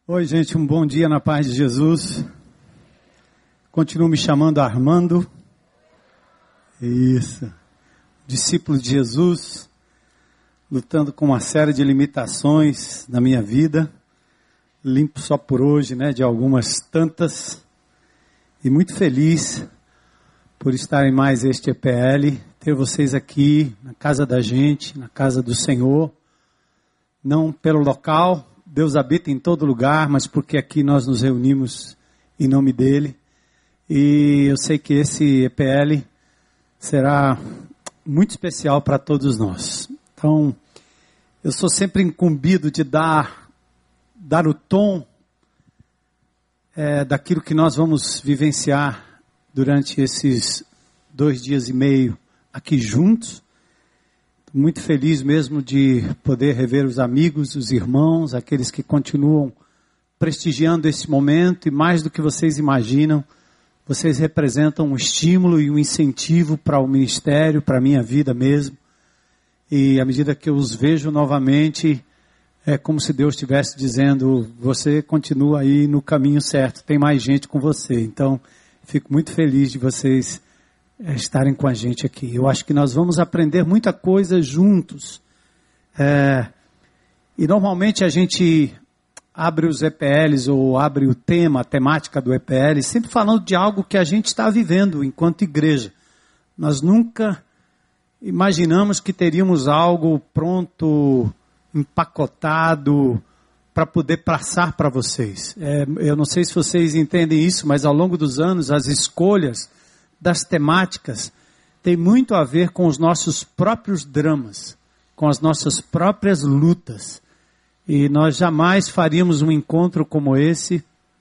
Oi, gente, um bom dia na paz de Jesus. Continuo me chamando Armando. Isso. Discípulo de Jesus, lutando com uma série de limitações na minha vida. Limpo só por hoje, de algumas tantas. E muito feliz por estar em mais este EPL, ter vocês aqui na casa da gente, na casa do Senhor. Não pelo local, Deus habita em todo lugar, mas porque aqui nós nos reunimos em nome dEle. E eu sei que esse EPL será muito especial para todos nós. Então, eu sou sempre incumbido de dar o tom daquilo que nós vamos vivenciar durante esses 2 dias e meio aqui juntos. Muito feliz mesmo de poder rever os amigos, os irmãos, aqueles que continuam prestigiando esse momento. E mais do que vocês imaginam, vocês representam um estímulo e um incentivo para o ministério, para a minha vida mesmo. E à medida que eu os vejo novamente, é como se Deus estivesse dizendo: você continua aí no caminho certo, tem mais gente com você. Então, fico muito feliz de vocês estarem com a gente aqui. Eu acho que nós vamos aprender muita coisa juntos. E normalmente a gente abre os EPLs ou abre o tema, a temática do EPL, sempre falando de algo que a gente está vivendo enquanto igreja. Nós nunca imaginamos que teríamos algo pronto, empacotado, para poder passar para vocês. Eu não sei se vocês entendem isso, mas ao longo dos anos as escolhas das temáticas tem muito a ver com os nossos próprios dramas, com as nossas próprias lutas. E nós jamais faríamos um encontro como esse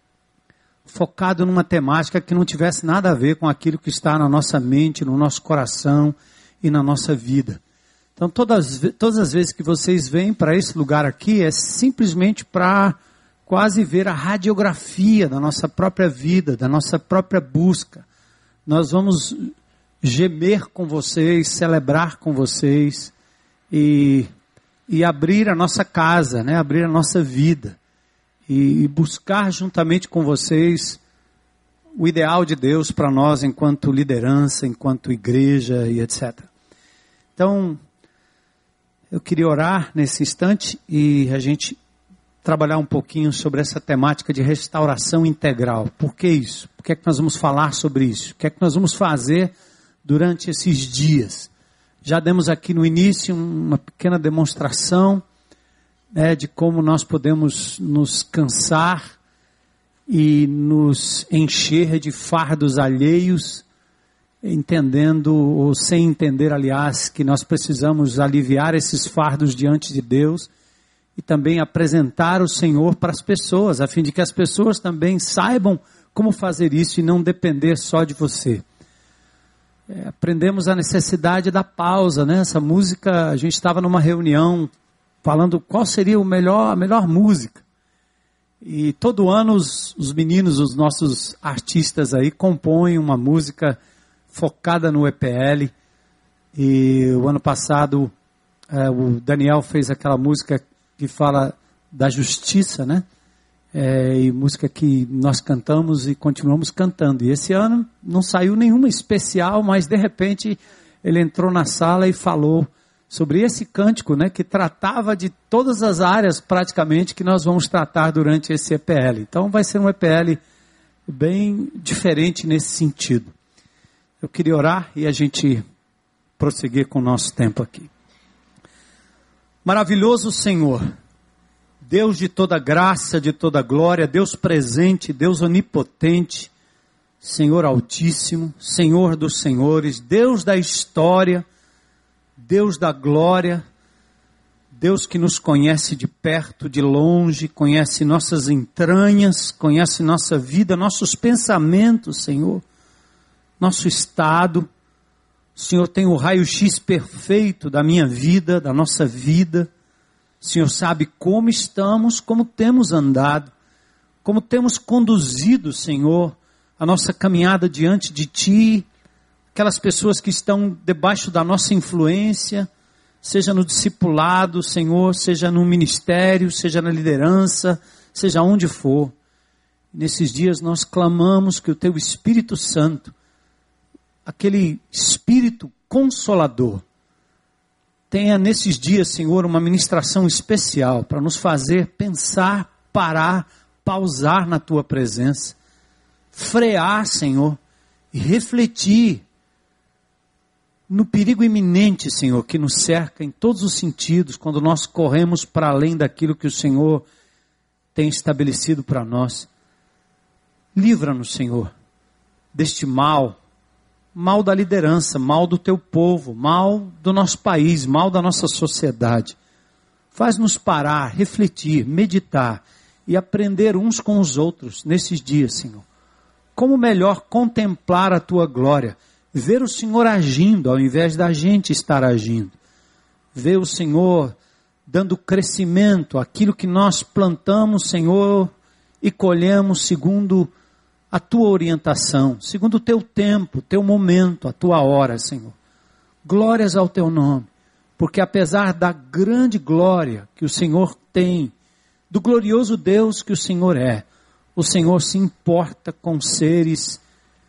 focado numa temática que não tivesse nada a ver com aquilo que está na nossa mente, no nosso coração e na nossa vida. Então todas as vezes que vocês vêm para esse lugar aqui é simplesmente para quase ver a radiografia da nossa própria vida, da nossa própria busca. Nós vamos gemer com vocês, celebrar com vocês e abrir a nossa casa, abrir a nossa vida e buscar juntamente com vocês o ideal de Deus para nós enquanto liderança, enquanto igreja e etc. Então, eu queria orar nesse instante e a gente trabalhar um pouquinho sobre essa temática de restauração integral. Por que isso? Por que é que nós vamos falar sobre isso? O que é que nós vamos fazer durante esses dias? Já demos aqui no início uma pequena demonstração de como nós podemos nos cansar e nos encher de fardos alheios, entendendo ou sem entender, aliás, que nós precisamos aliviar esses fardos diante de Deus e também apresentar o Senhor para as pessoas, a fim de que as pessoas também saibam como fazer isso e não depender só de você. Aprendemos a necessidade da pausa, Essa música, a gente estava numa reunião falando qual seria a melhor música. E todo ano os meninos, os nossos artistas aí, compõem uma música focada no EPL. E o ano passado o Daniel fez aquela música que fala da justiça, e música que nós cantamos e continuamos cantando. E esse ano não saiu nenhuma especial, mas de repente ele entrou na sala e falou sobre esse cântico, que tratava de todas as áreas praticamente que nós vamos tratar durante esse EPL. Então vai ser um EPL bem diferente nesse sentido. Eu queria orar e a gente prosseguir com o nosso tempo aqui. Maravilhoso Senhor, Deus de toda graça, de toda glória, Deus presente, Deus onipotente, Senhor altíssimo, Senhor dos senhores, Deus da história, Deus da glória, Deus que nos conhece de perto, de longe, conhece nossas entranhas, conhece nossa vida, nossos pensamentos, Senhor, nosso estado. O Senhor tem o raio-x perfeito da minha vida, da nossa vida. O Senhor sabe como estamos, como temos andado, como temos conduzido, Senhor, a nossa caminhada diante de Ti, aquelas pessoas que estão debaixo da nossa influência, seja no discipulado, Senhor, seja no ministério, seja na liderança, seja onde for. Nesses dias nós clamamos que o Teu Espírito Santo, aquele Espírito Consolador, tenha nesses dias, Senhor, uma ministração especial para nos fazer pensar, parar, pausar na Tua presença, frear, Senhor, e refletir no perigo iminente, Senhor, que nos cerca em todos os sentidos, quando nós corremos para além daquilo que o Senhor tem estabelecido para nós. Livra-nos, Senhor, deste mal da liderança, mal do Teu povo, mal do nosso país, mal da nossa sociedade. Faz-nos parar, refletir, meditar e aprender uns com os outros nesses dias, Senhor. Como melhor contemplar a Tua glória, ver o Senhor agindo ao invés da gente estar agindo. Ver o Senhor dando crescimento àquilo que nós plantamos, Senhor, e colhemos segundo a Tua orientação, segundo o Teu tempo, Teu momento, a Tua hora, Senhor. Glórias ao Teu nome, porque apesar da grande glória que o Senhor tem, do glorioso Deus que o Senhor é, o Senhor se importa com seres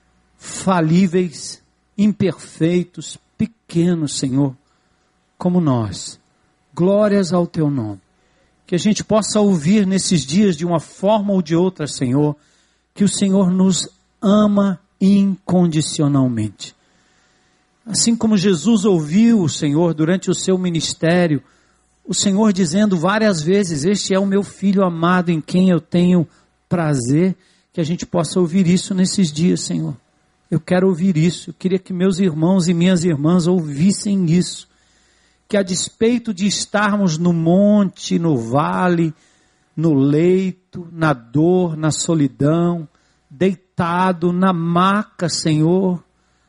falíveis, imperfeitos, pequenos, Senhor, como nós. Glórias ao Teu nome. Que a gente possa ouvir nesses dias de uma forma ou de outra, Senhor, que o Senhor nos ama incondicionalmente. Assim como Jesus ouviu o Senhor durante o seu ministério, o Senhor dizendo várias vezes, este é o meu filho amado em quem eu tenho prazer, que a gente possa ouvir isso nesses dias, Senhor. Eu quero ouvir isso, eu queria que meus irmãos e minhas irmãs ouvissem isso, que a despeito de estarmos no monte, no vale, no leito, na dor, na solidão, deitado na maca, Senhor,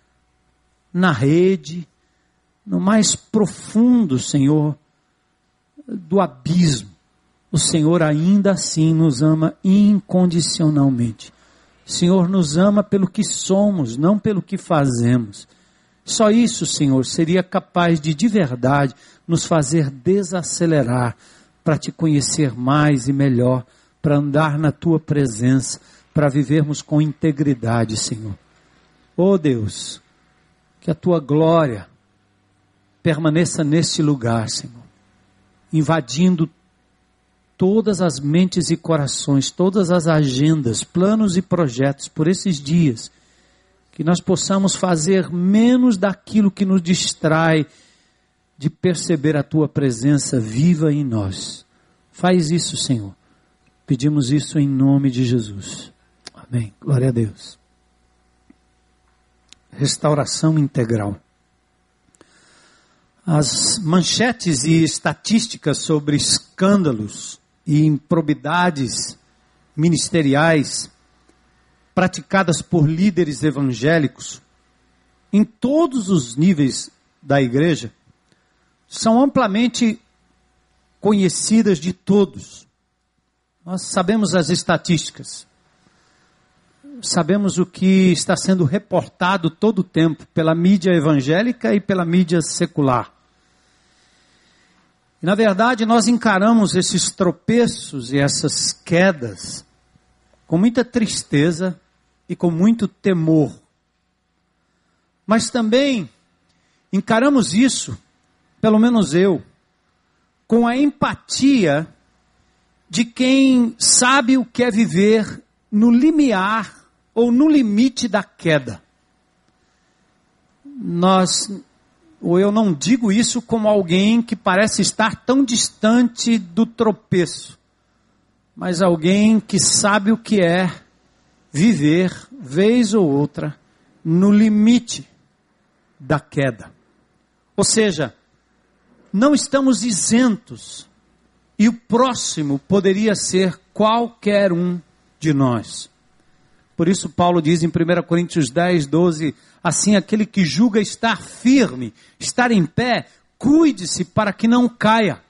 na rede, no mais profundo, Senhor, do abismo, o Senhor ainda assim nos ama incondicionalmente. O Senhor nos ama pelo que somos, não pelo que fazemos. Só isso, Senhor, seria capaz de verdade, nos fazer desacelerar para Te conhecer mais e melhor, para andar na Tua presença, para vivermos com integridade, Senhor. Oh Deus, que a Tua glória permaneça neste lugar, Senhor, invadindo todas as mentes e corações, todas as agendas, planos e projetos por esses dias, que nós possamos fazer menos daquilo que nos distrai de perceber a Tua presença viva em nós. Faz isso, Senhor. Pedimos isso em nome de Jesus. Amém. Glória a Deus. Restauração integral. As manchetes e estatísticas sobre escândalos e improbidades ministeriais praticadas por líderes evangélicos em todos os níveis da igreja são amplamente conhecidas de todos. Nós sabemos as estatísticas, sabemos o que está sendo reportado todo o tempo pela mídia evangélica e pela mídia secular. E, na verdade, nós encaramos esses tropeços e essas quedas com muita tristeza e com muito temor. Mas também encaramos isso, pelo menos eu, com a empatia de quem sabe o que é viver no limiar ou no limite da queda. Eu não digo isso como alguém que parece estar tão distante do tropeço, mas alguém que sabe o que é viver, vez ou outra, no limite da queda. Ou seja, não estamos isentos, e o próximo poderia ser qualquer um de nós. Por isso Paulo diz em 1 Coríntios 10, 12, assim aquele que julga estar firme, estar em pé, cuide-se para que não caia.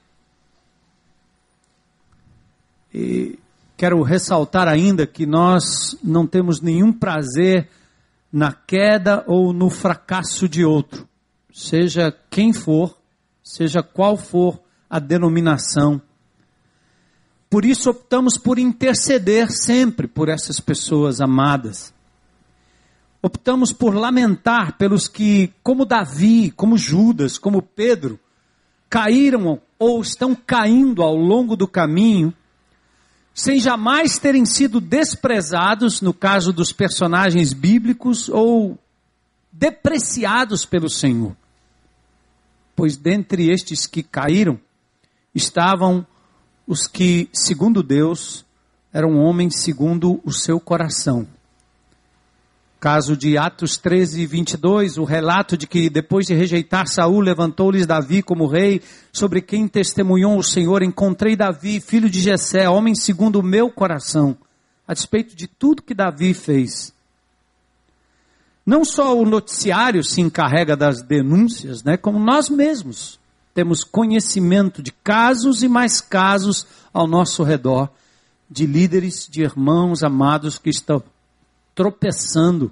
E quero ressaltar ainda que nós não temos nenhum prazer na queda ou no fracasso de outro, seja quem for, seja qual for a denominação. Por isso optamos por interceder sempre por essas pessoas amadas. Optamos por lamentar pelos que, como Davi, como Judas, como Pedro, caíram ou estão caindo ao longo do caminho, sem jamais terem sido desprezados, no caso dos personagens bíblicos, ou depreciados pelo Senhor. Pois dentre estes que caíram, estavam os que, segundo Deus, eram homens segundo o seu coração. Caso de Atos 13, 22, o relato de que depois de rejeitar Saul, levantou-lhes Davi como rei, sobre quem testemunhou o Senhor: encontrei Davi, filho de Jessé, homem segundo o meu coração, a despeito de tudo que Davi fez. Não só o noticiário se encarrega das denúncias, como nós mesmos temos conhecimento de casos e mais casos ao nosso redor, de líderes, de irmãos amados que estão tropeçando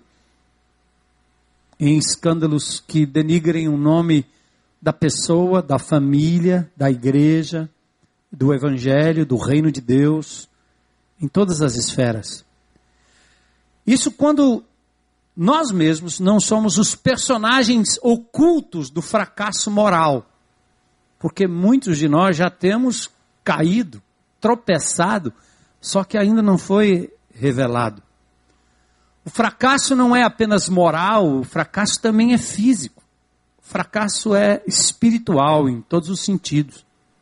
em escândalos que denigrem o nome da pessoa, da família, da igreja, do evangelho, do reino de Deus, em todas as esferas. Isso quando nós mesmos não somos os personagens ocultos do fracasso moral, porque muitos de nós já temos caído, tropeçado, só que ainda não foi revelado. O fracasso não é apenas moral, o fracasso também é físico. O fracasso é espiritual em todos os sentidos.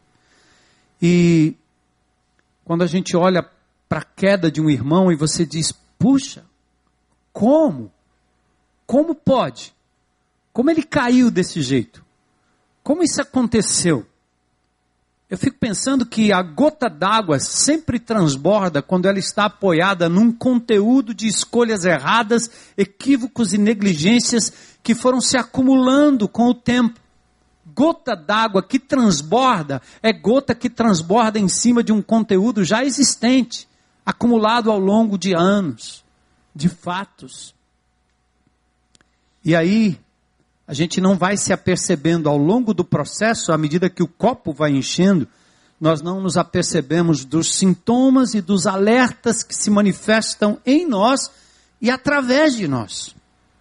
E quando a gente olha para a queda de um irmão e você diz: puxa, como? Como pode? Como ele caiu desse jeito? Como isso aconteceu? Eu fico pensando que a gota d'água sempre transborda quando ela está apoiada num conteúdo de escolhas erradas, equívocos e negligências que foram se acumulando com o tempo. Gota d'água que transborda é gota que transborda em cima de um conteúdo já existente, acumulado ao longo de anos, de fatos. E aí a gente não vai se apercebendo ao longo do processo, à medida que o copo vai enchendo, nós não nos apercebemos dos sintomas e dos alertas que se manifestam em nós e através de nós.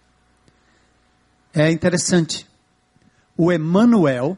É interessante. O Emanuel,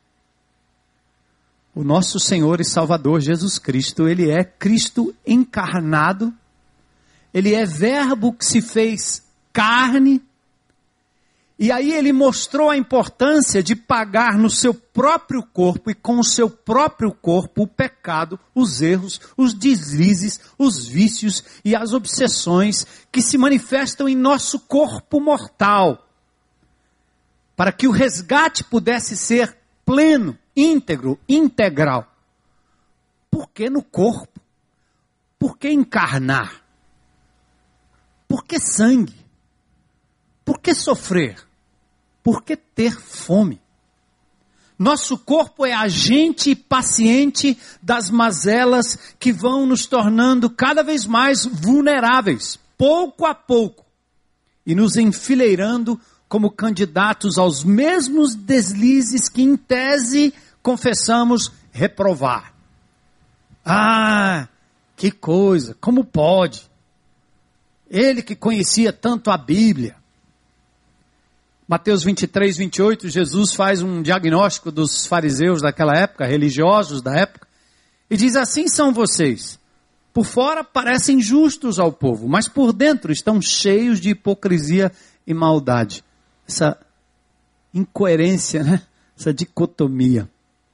o nosso Senhor e Salvador Jesus Cristo, ele é Cristo encarnado, ele é Verbo que se fez carne. E aí ele mostrou a importância de pagar no seu próprio corpo e com o seu próprio corpo o pecado, os erros, os deslizes, os vícios e as obsessões que se manifestam em nosso corpo mortal. Para que o resgate pudesse ser pleno, íntegro, integral. Por que no corpo? Por que encarnar? Por que sangue? Por que sofrer? Por que ter fome? Nosso corpo é agente paciente das mazelas que vão nos tornando cada vez mais vulneráveis, pouco a pouco, e nos enfileirando como candidatos aos mesmos deslizes que, em tese, confessamos reprovar. Ah, que coisa, como pode? Ele que conhecia tanto a Bíblia. Mateus 23, 28, Jesus faz um diagnóstico dos fariseus daquela época, religiosos da época, e diz: assim são vocês. Por fora parecem justos ao povo, mas por dentro estão cheios de hipocrisia e maldade. Essa incoerência, essa dicotomia.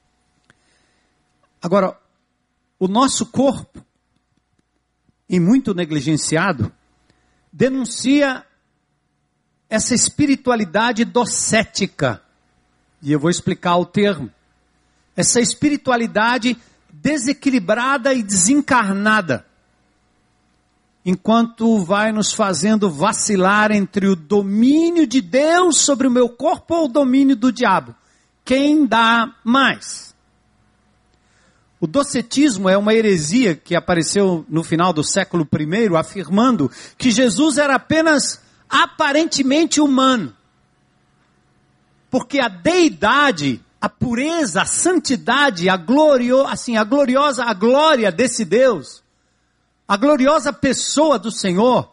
Agora, o nosso corpo, e muito negligenciado, denuncia essa espiritualidade docética. E eu vou explicar o termo. Essa espiritualidade desequilibrada e desencarnada. Enquanto vai nos fazendo vacilar entre o domínio de Deus sobre o meu corpo ou o domínio do diabo. Quem dá mais? O docetismo é uma heresia que apareceu no final do século I, afirmando que Jesus era apenas aparentemente humano. Porque a deidade a pureza, a santidade, a glória desse Deus, a gloriosa pessoa do Senhor,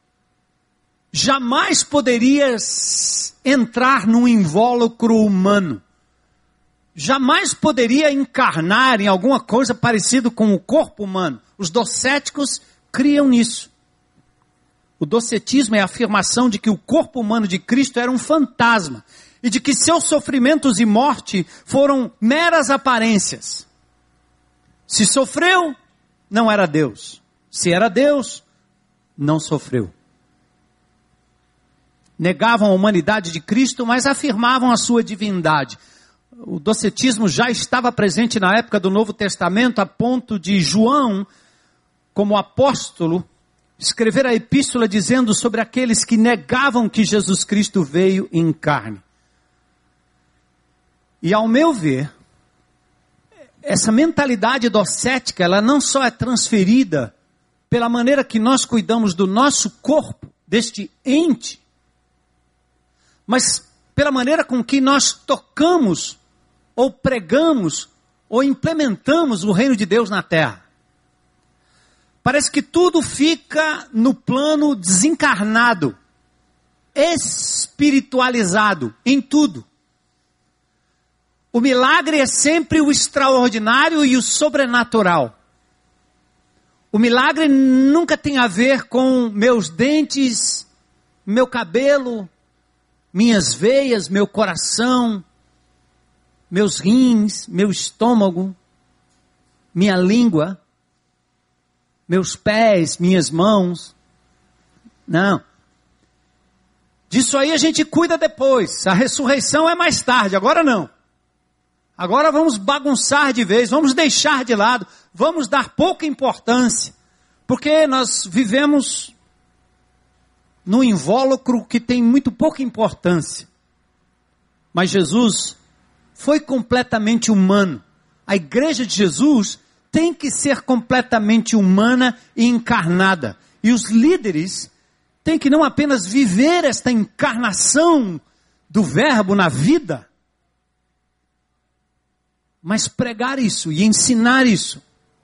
jamais poderia entrar num invólucro humano. Jamais poderia encarnar em alguma coisa parecida com o corpo humano. Os docéticos criam nisso. O docetismo é a afirmação de que o corpo humano de Cristo era um fantasma e de que seus sofrimentos e morte foram meras aparências. Se sofreu, não era Deus. Se era Deus, não sofreu. Negavam a humanidade de Cristo, mas afirmavam a sua divindade. O docetismo já estava presente na época do Novo Testamento, a ponto de João, como apóstolo, escrever a epístola dizendo sobre aqueles que negavam que Jesus Cristo veio em carne. E ao meu ver, essa mentalidade docética, ela não só é transferida pela maneira que nós cuidamos do nosso corpo, deste ente, mas pela maneira com que nós tocamos, ou pregamos, ou implementamos o reino de Deus na terra. Parece que tudo fica no plano desencarnado, espiritualizado, em tudo. O milagre é sempre o extraordinário e o sobrenatural. O milagre nunca tem a ver com meus dentes, meu cabelo, minhas veias, meu coração, meus rins, meu estômago, minha língua, meus pés, minhas mãos. Não. Disso aí a gente cuida depois. A ressurreição é mais tarde, agora não. Agora vamos bagunçar de vez, vamos deixar de lado, vamos dar pouca importância, porque nós vivemos num invólucro que tem muito pouca importância. Mas Jesus foi completamente humano. A igreja de Jesus tem que ser completamente humana e encarnada. E os líderes têm que não apenas viver esta encarnação do verbo na vida, mas pregar isso e ensinar isso.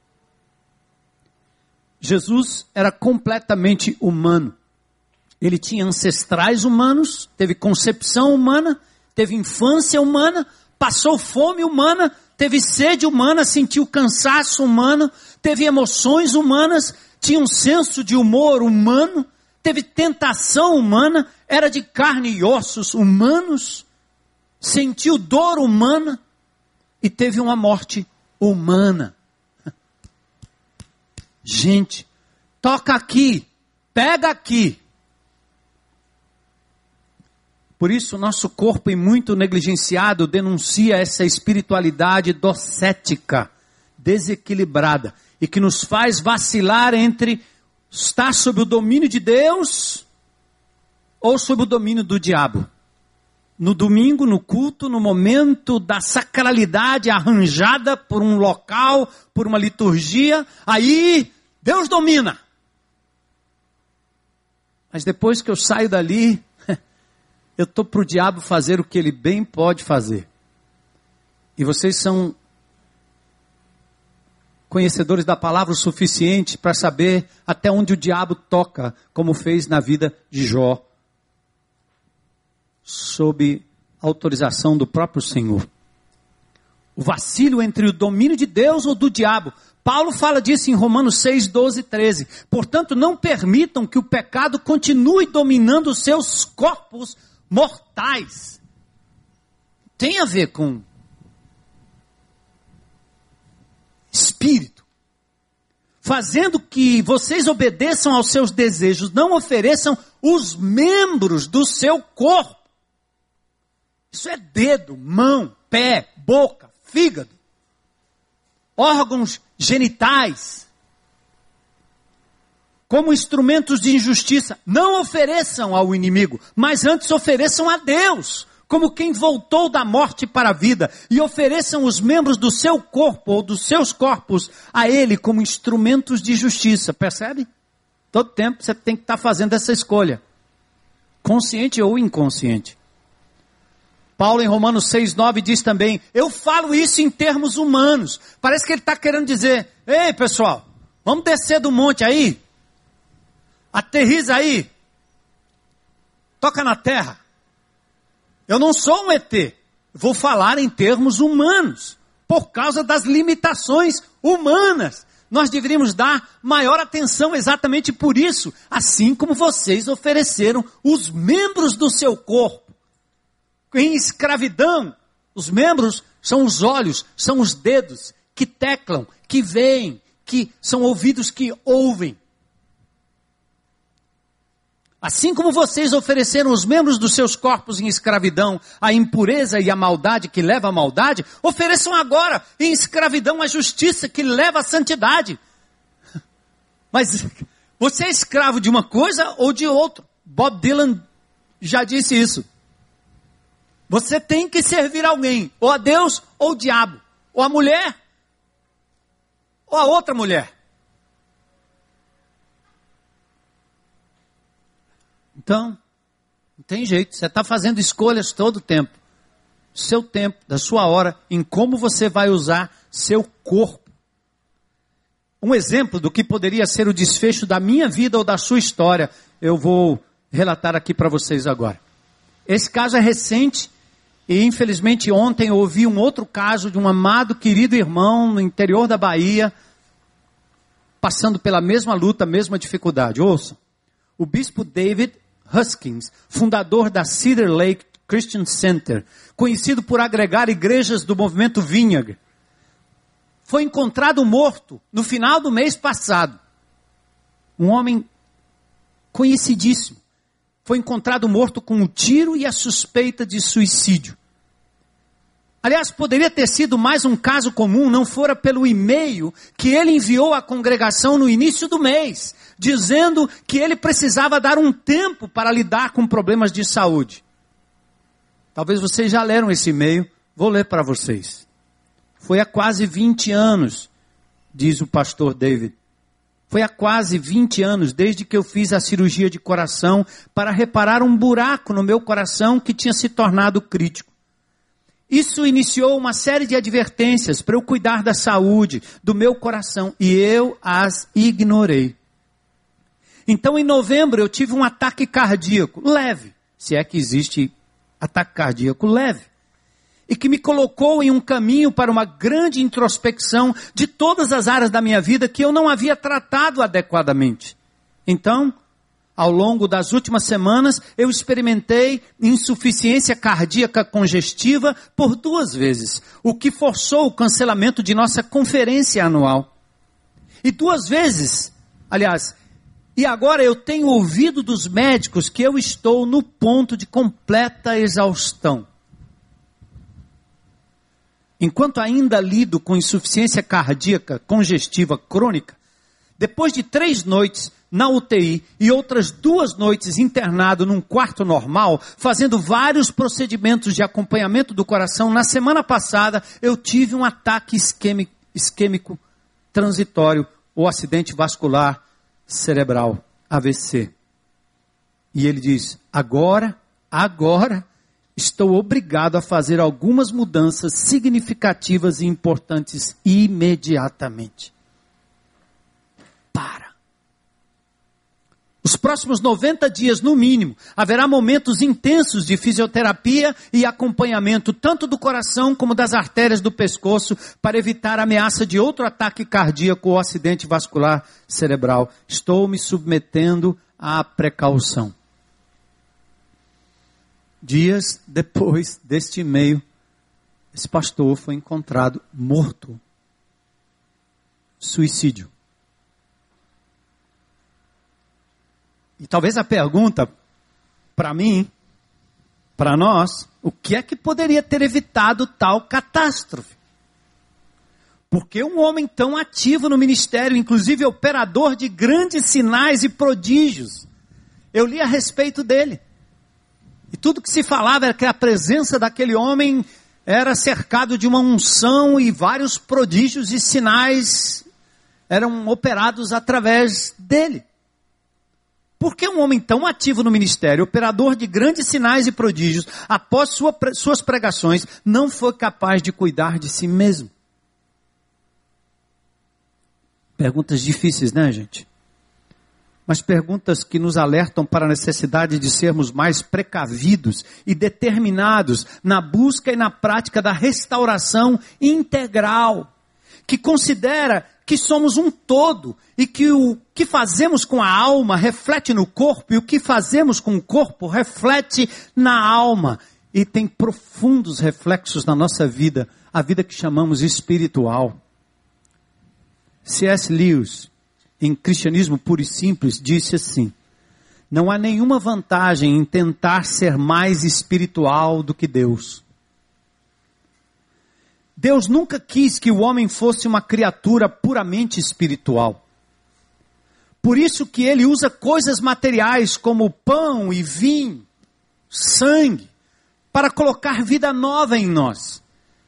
Jesus era completamente humano. Ele tinha ancestrais humanos, teve concepção humana, teve infância humana, passou fome humana, teve sede humana, sentiu cansaço humano, teve emoções humanas, tinha um senso de humor humano, teve tentação humana, era de carne e ossos humanos, sentiu dor humana e teve uma morte humana. Gente, toca aqui, pega aqui. Por isso, o nosso corpo, e muito negligenciado, denuncia essa espiritualidade docética, desequilibrada, e que nos faz vacilar entre estar sob o domínio de Deus ou sob o domínio do diabo. No domingo, no culto, no momento da sacralidade arranjada por um local, por uma liturgia, aí Deus domina. Mas depois que eu saio dali, eu estou para o diabo fazer o que ele bem pode fazer. E vocês são conhecedores da palavra o suficiente para saber até onde o diabo toca, como fez na vida de Jó, sob autorização do próprio Senhor. O vacilo entre o domínio de Deus ou do diabo. Paulo fala disso em Romanos 6, 12 e 13. Portanto, não permitam que o pecado continue dominando os seus corpos mortais. Tem a ver com espírito. Fazendo que vocês obedeçam aos seus desejos, não ofereçam os membros do seu corpo. Isso é dedo, mão, pé, boca, fígado, órgãos genitais, como instrumentos de injustiça. Não ofereçam ao inimigo, mas antes ofereçam a Deus, como quem voltou da morte para a vida, e ofereçam os membros do seu corpo ou dos seus corpos a Ele como instrumentos de justiça. Percebe? Todo tempo você tem que estar fazendo essa escolha, consciente ou inconsciente. Paulo em Romanos 6,9 diz também, eu falo isso em termos humanos. Parece que ele está querendo dizer, ei pessoal, vamos descer do monte aí, aterriza aí, toca na terra. Eu não sou um ET, vou falar em termos humanos, por causa das limitações humanas. Nós deveríamos dar maior atenção exatamente por isso, assim como vocês ofereceram os membros do seu corpo. Em escravidão, os membros são os olhos, são os dedos que teclam, que veem, que são ouvidos que ouvem. Assim como vocês ofereceram os membros dos seus corpos em escravidão à impureza e à maldade que leva à maldade, ofereçam agora em escravidão à justiça que leva à santidade. Mas você é escravo de uma coisa ou de outra. Bob Dylan já disse isso. Você tem que servir alguém, ou a Deus ou o diabo, ou a mulher, ou a outra mulher. Então, não tem jeito, você está fazendo escolhas todo o tempo. Seu tempo, da sua hora, em como você vai usar seu corpo. Um exemplo do que poderia ser o desfecho da minha vida ou da sua história, eu vou relatar aqui para vocês agora. Esse caso é recente e infelizmente ontem eu ouvi um outro caso de um amado, querido irmão no interior da Bahia, passando pela mesma luta, mesma dificuldade. Ouça, o bispo David Huskins, fundador da Cedar Lake Christian Center, conhecido por agregar igrejas do movimento Vineyard, foi encontrado morto no final do mês passado. Um homem conhecidíssimo. Foi encontrado morto com um tiro e a suspeita de suicídio. Aliás, poderia ter sido mais um caso comum, não fora pelo e-mail que ele enviou à congregação no início do mês, dizendo que ele precisava dar um tempo para lidar com problemas de saúde. Talvez vocês já leram esse e-mail, vou ler para vocês. Foi há quase 20 anos, diz o pastor David. Foi há quase 20 anos desde que eu fiz a cirurgia de coração para reparar um buraco no meu coração que tinha se tornado crítico. Isso iniciou uma série de advertências para eu cuidar da saúde do meu coração e eu as ignorei. Então em novembro eu tive um ataque cardíaco leve, se é que existe ataque cardíaco leve, e que me colocou em um caminho para uma grande introspecção de todas as áreas da minha vida que eu não havia tratado adequadamente. Então, ao longo das últimas semanas, eu experimentei insuficiência cardíaca congestiva por 2 vezes, o que forçou o cancelamento de nossa conferência anual. E 2 vezes, aliás, e agora eu tenho ouvido dos médicos que eu estou no ponto de completa exaustão. Enquanto ainda lido com insuficiência cardíaca congestiva crônica, depois de 3 noites na UTI e outras 2 noites internado num quarto normal, fazendo vários procedimentos de acompanhamento do coração, na semana passada eu tive um ataque isquêmico transitório ou acidente vascular cerebral, AVC. E ele diz, agora, estou obrigado a fazer algumas mudanças significativas e importantes imediatamente. Os próximos 90 dias, no mínimo, haverá momentos intensos de fisioterapia e acompanhamento, tanto do coração como das artérias do pescoço, para evitar a ameaça de outro ataque cardíaco ou acidente vascular cerebral. Estou me submetendo à precaução. Dias depois deste e-mail, esse pastor foi encontrado morto. Suicídio. E talvez a pergunta, para mim, para nós, o que é que poderia ter evitado tal catástrofe? Porque um homem tão ativo no ministério, inclusive operador de grandes sinais e prodígios, eu li a respeito dele. E tudo que se falava era que a presença daquele homem era cercado de uma unção e vários prodígios e sinais eram operados através dele. Por que um homem tão ativo no ministério, operador de grandes sinais e prodígios, após suas pregações, não foi capaz de cuidar de si mesmo? Perguntas difíceis, né, gente? Mas perguntas que nos alertam para a necessidade de sermos mais precavidos e determinados na busca e na prática da restauração integral, que considera que somos um todo e que o que fazemos com a alma reflete no corpo e o que fazemos com o corpo reflete na alma e tem profundos reflexos na nossa vida, a vida que chamamos espiritual. C.S. Lewis, em Cristianismo Puro e Simples, disse assim: não há nenhuma vantagem em tentar ser mais espiritual do que Deus. Deus nunca quis que o homem fosse uma criatura puramente espiritual. Por isso que ele usa coisas materiais como pão e vinho, sangue, para colocar vida nova em nós.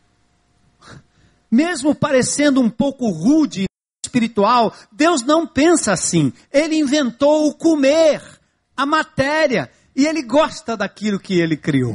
Mesmo parecendo um pouco rude e espiritual, Deus não pensa assim. Ele inventou o comer, a matéria, e ele gosta daquilo que ele criou.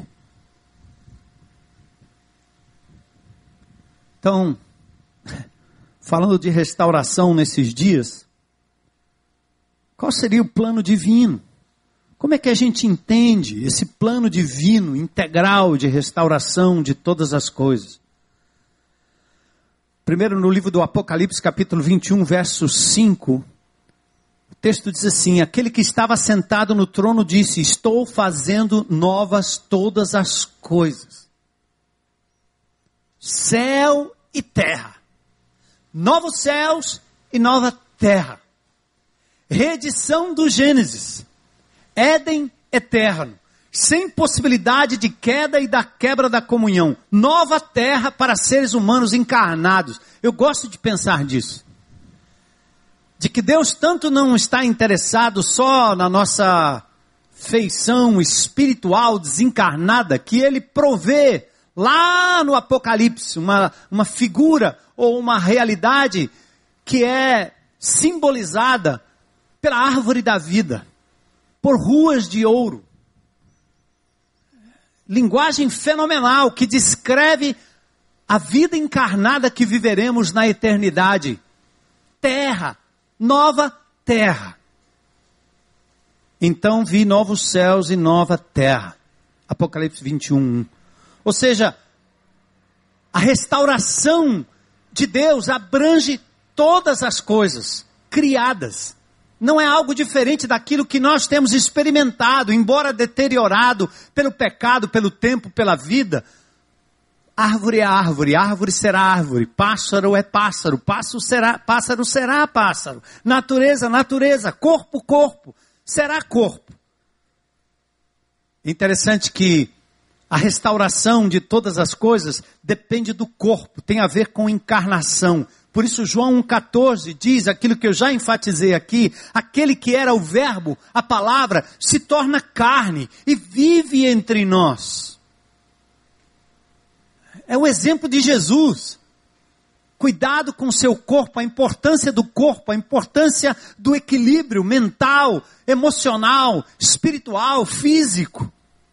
Então, falando de restauração nesses dias, qual seria o plano divino? Como é que a gente entende esse plano divino, integral de restauração de todas as coisas? Primeiro, no livro do Apocalipse, capítulo 21, verso 5, o texto diz assim: aquele que estava sentado no trono disse: estou fazendo novas todas as coisas. Céu e terra, novos céus e nova terra, reedição do Gênesis, Éden eterno, sem possibilidade de queda e da quebra da comunhão, nova terra para seres humanos encarnados. Eu gosto de pensar nisso, de que Deus tanto não está interessado só na nossa feição espiritual desencarnada, que Ele provê lá no Apocalipse, uma figura ou uma realidade que é simbolizada pela árvore da vida, por ruas de ouro. Linguagem fenomenal que descreve a vida encarnada que viveremos na eternidade. Terra, nova terra. Então vi novos céus e nova terra. Apocalipse 21. Ou seja, a restauração de Deus abrange todas as coisas criadas. Não é algo diferente daquilo que nós temos experimentado, embora deteriorado pelo pecado, pelo tempo, pela vida. Árvore é árvore, árvore será árvore, pássaro é pássaro, pássaro será pássaro. Natureza, natureza, corpo, corpo, será corpo. Interessante que a restauração de todas as coisas depende do corpo, tem a ver com encarnação. Por isso João 1,14 diz aquilo que eu já enfatizei aqui: aquele que era o verbo, a palavra, se torna carne e vive entre nós. É o exemplo de Jesus. Cuidado com o seu corpo, a importância do corpo, a importância do equilíbrio mental, emocional, espiritual, físico.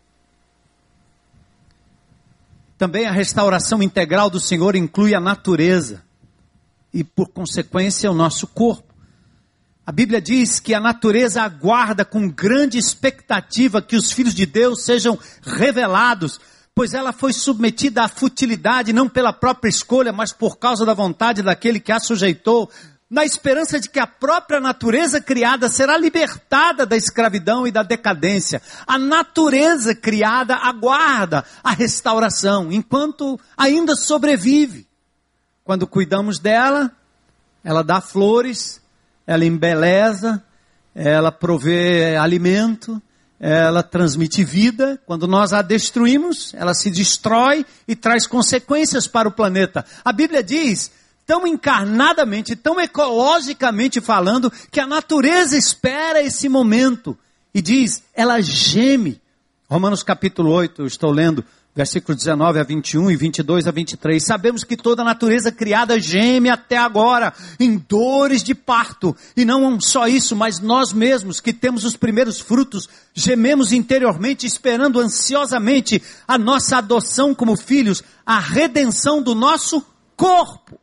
Também a restauração integral do Senhor inclui a natureza e, por consequência, o nosso corpo. A Bíblia diz que a natureza aguarda com grande expectativa que os filhos de Deus sejam revelados, pois ela foi submetida à futilidade, não pela própria escolha, mas por causa da vontade daquele que a sujeitou, na esperança de que a própria natureza criada será libertada da escravidão e da decadência. A natureza criada aguarda a restauração, enquanto ainda sobrevive. Quando cuidamos dela, ela dá flores, ela embeleza, ela provê alimento, ela transmite vida. Quando nós a destruímos, ela se destrói e traz consequências para o planeta. A Bíblia diz, tão encarnadamente, tão ecologicamente falando, que a natureza espera esse momento. E diz, ela geme. Romanos capítulo 8, eu estou lendo, Versículos 19 a 21 e 22 a 23. Sabemos que toda a natureza criada geme até agora em dores de parto. E não só isso, mas nós mesmos que temos os primeiros frutos, gememos interiormente, esperando ansiosamente a nossa adoção como filhos, a redenção do nosso corpo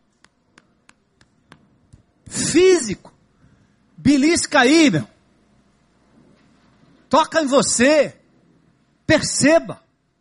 físico. Belisca aí, meu. Toca em você. Perceba.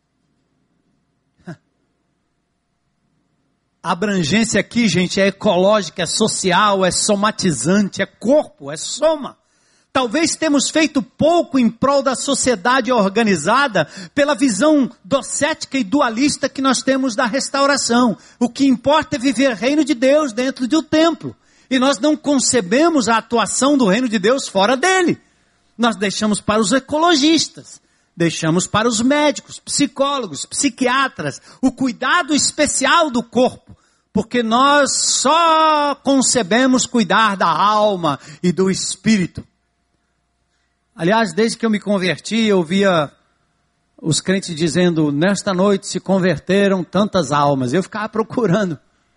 A abrangência aqui, gente, é ecológica, é social, é somatizante, é corpo, é soma. Talvez temos feito pouco em prol da sociedade organizada pela visão docética e dualista que nós temos da restauração. O que importa é viver o reino de Deus dentro do templo. E nós não concebemos a atuação do reino de Deus fora dele. Nós deixamos para os ecologistas. Deixamos para os médicos, psicólogos, psiquiatras, o cuidado especial do corpo, porque nós só concebemos cuidar da alma e do espírito. Aliás, desde que eu me converti, eu via os crentes dizendo, nesta noite se converteram tantas almas. Eu ficava procurando.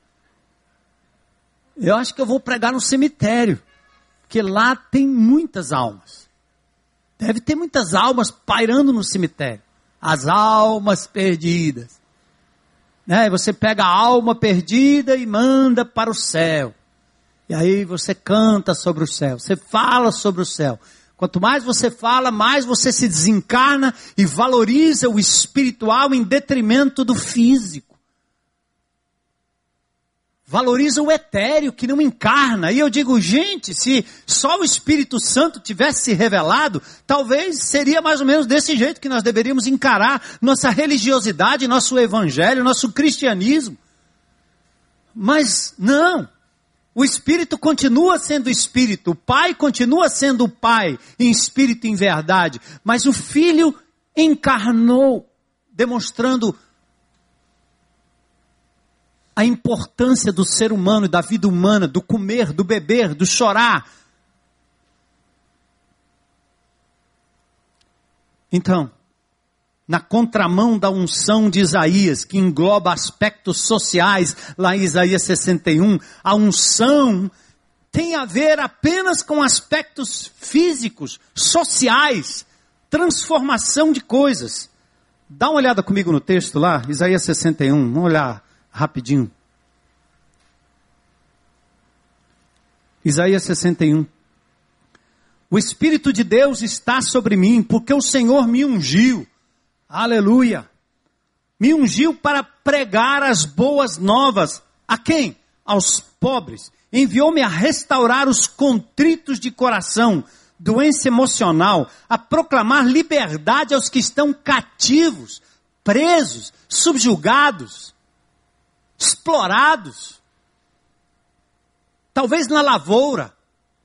Eu acho que eu vou pregar no cemitério, porque lá tem muitas almas. Deve ter muitas almas pairando no cemitério. As almas perdidas. Né? Você pega a alma perdida e manda para o céu. E aí você canta sobre o céu. Você fala sobre o céu. Quanto mais você fala, mais você se desencarna e valoriza o espiritual em detrimento do físico. Valoriza o etéreo que não encarna. E eu digo, gente, se só o Espírito Santo tivesse se revelado, talvez seria mais ou menos desse jeito que nós deveríamos encarar nossa religiosidade, nosso evangelho, nosso cristianismo. Mas não. O Espírito continua sendo Espírito. O Pai continua sendo o Pai em espírito e em verdade. Mas o Filho encarnou, demonstrando a importância do ser humano, da vida humana, do comer, do beber, do chorar. Então, na contramão da unção de Isaías, que engloba aspectos sociais, lá em Isaías 61, a unção tem a ver apenas com aspectos físicos, sociais, transformação de coisas. Dá uma olhada comigo no texto lá, Isaías 61, vamos olhar rapidinho. Isaías 61. O Espírito de Deus está sobre mim, porque o Senhor me ungiu. Aleluia. Me ungiu para pregar as boas novas. A quem? Aos pobres. Enviou-me a restaurar os contritos de coração, doença emocional, a proclamar liberdade aos que estão cativos, presos, subjugados, explorados, talvez na lavoura,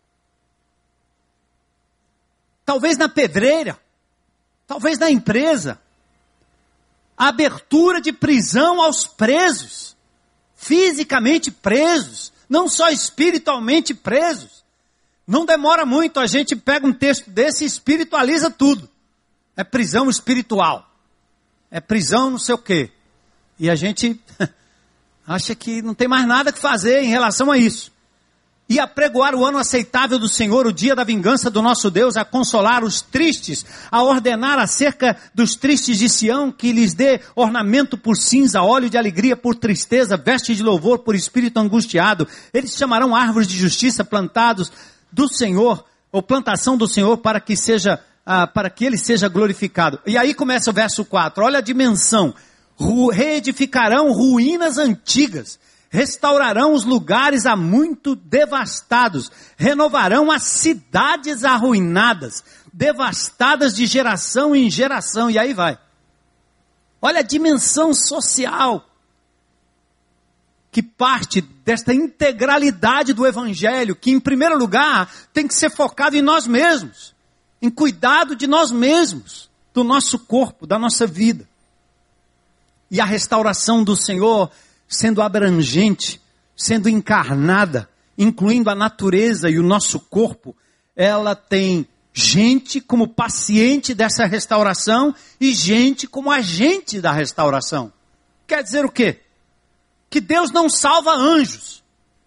talvez na pedreira, talvez na empresa, a abertura de prisão aos presos, fisicamente presos, não só espiritualmente presos. Não demora muito, a gente pega um texto desse e espiritualiza tudo. É prisão espiritual, é prisão não sei o quê, e a gente acha que não tem mais nada que fazer em relação a isso. E apregoar o ano aceitável do Senhor, o dia da vingança do nosso Deus, a consolar os tristes, a ordenar acerca dos tristes de Sião, que lhes dê ornamento por cinza, óleo de alegria por tristeza, veste de louvor por espírito angustiado. Eles chamarão árvores de justiça plantados do Senhor, ou plantação do Senhor, para que ele seja glorificado. E aí começa o verso 4, olha a dimensão. Reedificarão ruínas antigas, restaurarão os lugares há muito devastados, renovarão as cidades arruinadas, devastadas de geração em geração, e aí vai. Olha a dimensão social que parte desta integralidade do Evangelho, que em primeiro lugar tem que ser focado em nós mesmos, em cuidado de nós mesmos, do nosso corpo, da nossa vida. E a restauração do Senhor sendo abrangente, sendo encarnada, incluindo a natureza e o nosso corpo, ela tem Gente como paciente dessa restauração e gente como agente da restauração. Quer dizer o quê? Que Deus não salva anjos.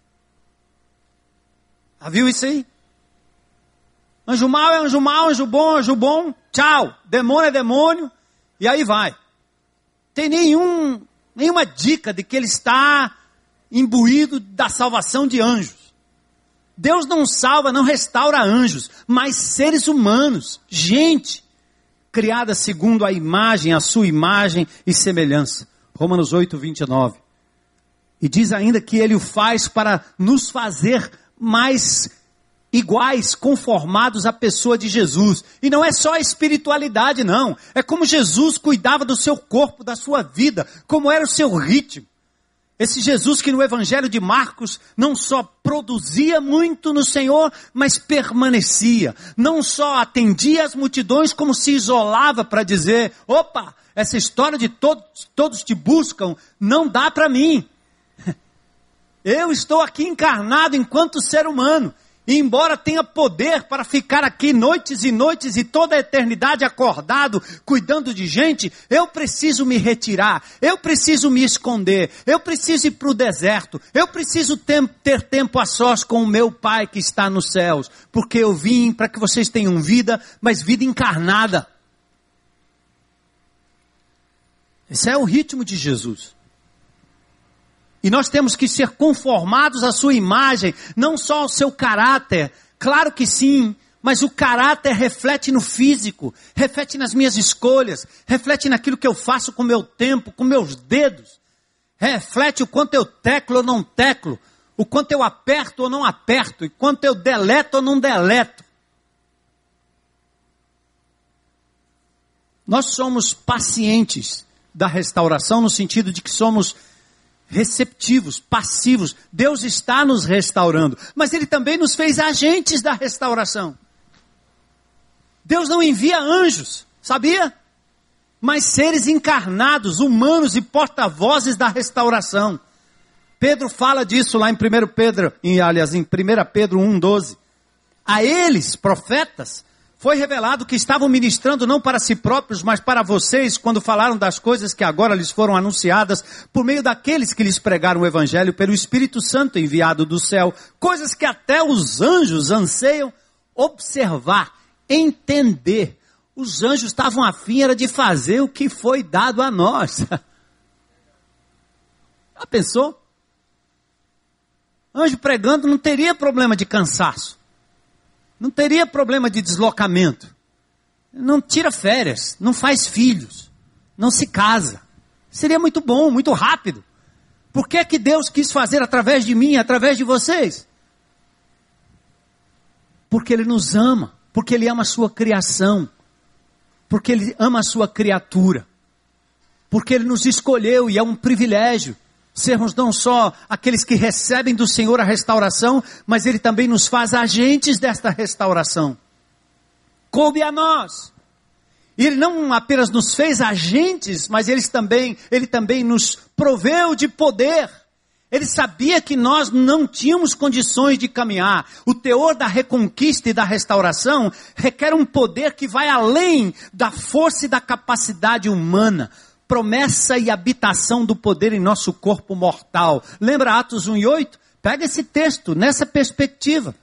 Já viu isso aí? Anjo mau é anjo mau, anjo bom, tchau. Demônio é demônio, e aí vai. Tem nenhuma dica de que ele está imbuído da salvação de anjos. Deus não salva, não restaura anjos, mas seres humanos, gente, criada segundo a imagem, a sua imagem e semelhança. Romanos 8, 29. E diz ainda que ele o faz para nos fazer mais iguais, conformados à pessoa de Jesus. E não é só a espiritualidade, não. É como Jesus cuidava do seu corpo, da sua vida, como era o seu ritmo. Esse Jesus que no Evangelho de Marcos não só produzia muito no Senhor, mas permanecia. Não só atendia as multidões, como se isolava para dizer, opa, essa história de todos te buscam, não dá para mim. Eu estou aqui encarnado enquanto ser humano. E embora tenha poder para ficar aqui noites e noites e toda a eternidade acordado, cuidando de gente, eu preciso me retirar, eu preciso me esconder, eu preciso ir para o deserto, eu preciso ter tempo a sós com o meu Pai que está nos céus, porque eu vim para que vocês tenham vida, mas vida encarnada. Esse é o ritmo de Jesus. E nós temos que ser conformados à sua imagem, não só ao seu caráter. Claro que sim, mas o caráter reflete no físico, reflete nas minhas escolhas, reflete naquilo que eu faço com o meu tempo, com meus dedos. Reflete o quanto eu teclo ou não teclo, o quanto eu aperto ou não aperto, e quanto eu deleto ou não deleto. Nós somos pacientes da restauração no sentido de que somos receptivos, passivos. Deus está nos restaurando, mas Ele também nos fez agentes da restauração. Deus não envia anjos, sabia? Mas seres encarnados, humanos e porta-vozes da restauração. Pedro fala disso lá em 1 Pedro 1:12. A eles, profetas, foi revelado que estavam ministrando não para si próprios, mas para vocês, quando falaram das coisas que agora lhes foram anunciadas, por meio daqueles que lhes pregaram o Evangelho pelo Espírito Santo enviado do céu, coisas que até os anjos anseiam observar, entender. Os anjos estavam afim era de fazer o que foi dado a nós. Já pensou? Anjo pregando não teria problema de cansaço. Não teria problema de deslocamento. Não tira férias, não faz filhos, não se casa. Seria muito bom, muito rápido. Por que que Deus quis fazer através de mim, através de vocês? Porque Ele nos ama, porque Ele ama a sua criação, porque Ele ama a sua criatura, porque Ele nos escolheu e é um privilégio sermos não só aqueles que recebem do Senhor a restauração, mas Ele também nos faz agentes desta restauração. Coube a nós. E Ele não apenas nos fez agentes, mas Ele também nos proveu de poder. Ele sabia que nós não tínhamos condições de caminhar. O teor da reconquista e da restauração requer um poder que vai além da força e da capacidade humana. Promessa e habitação do poder em nosso corpo mortal. Lembra Atos 1:8? Pega esse texto nessa perspectiva.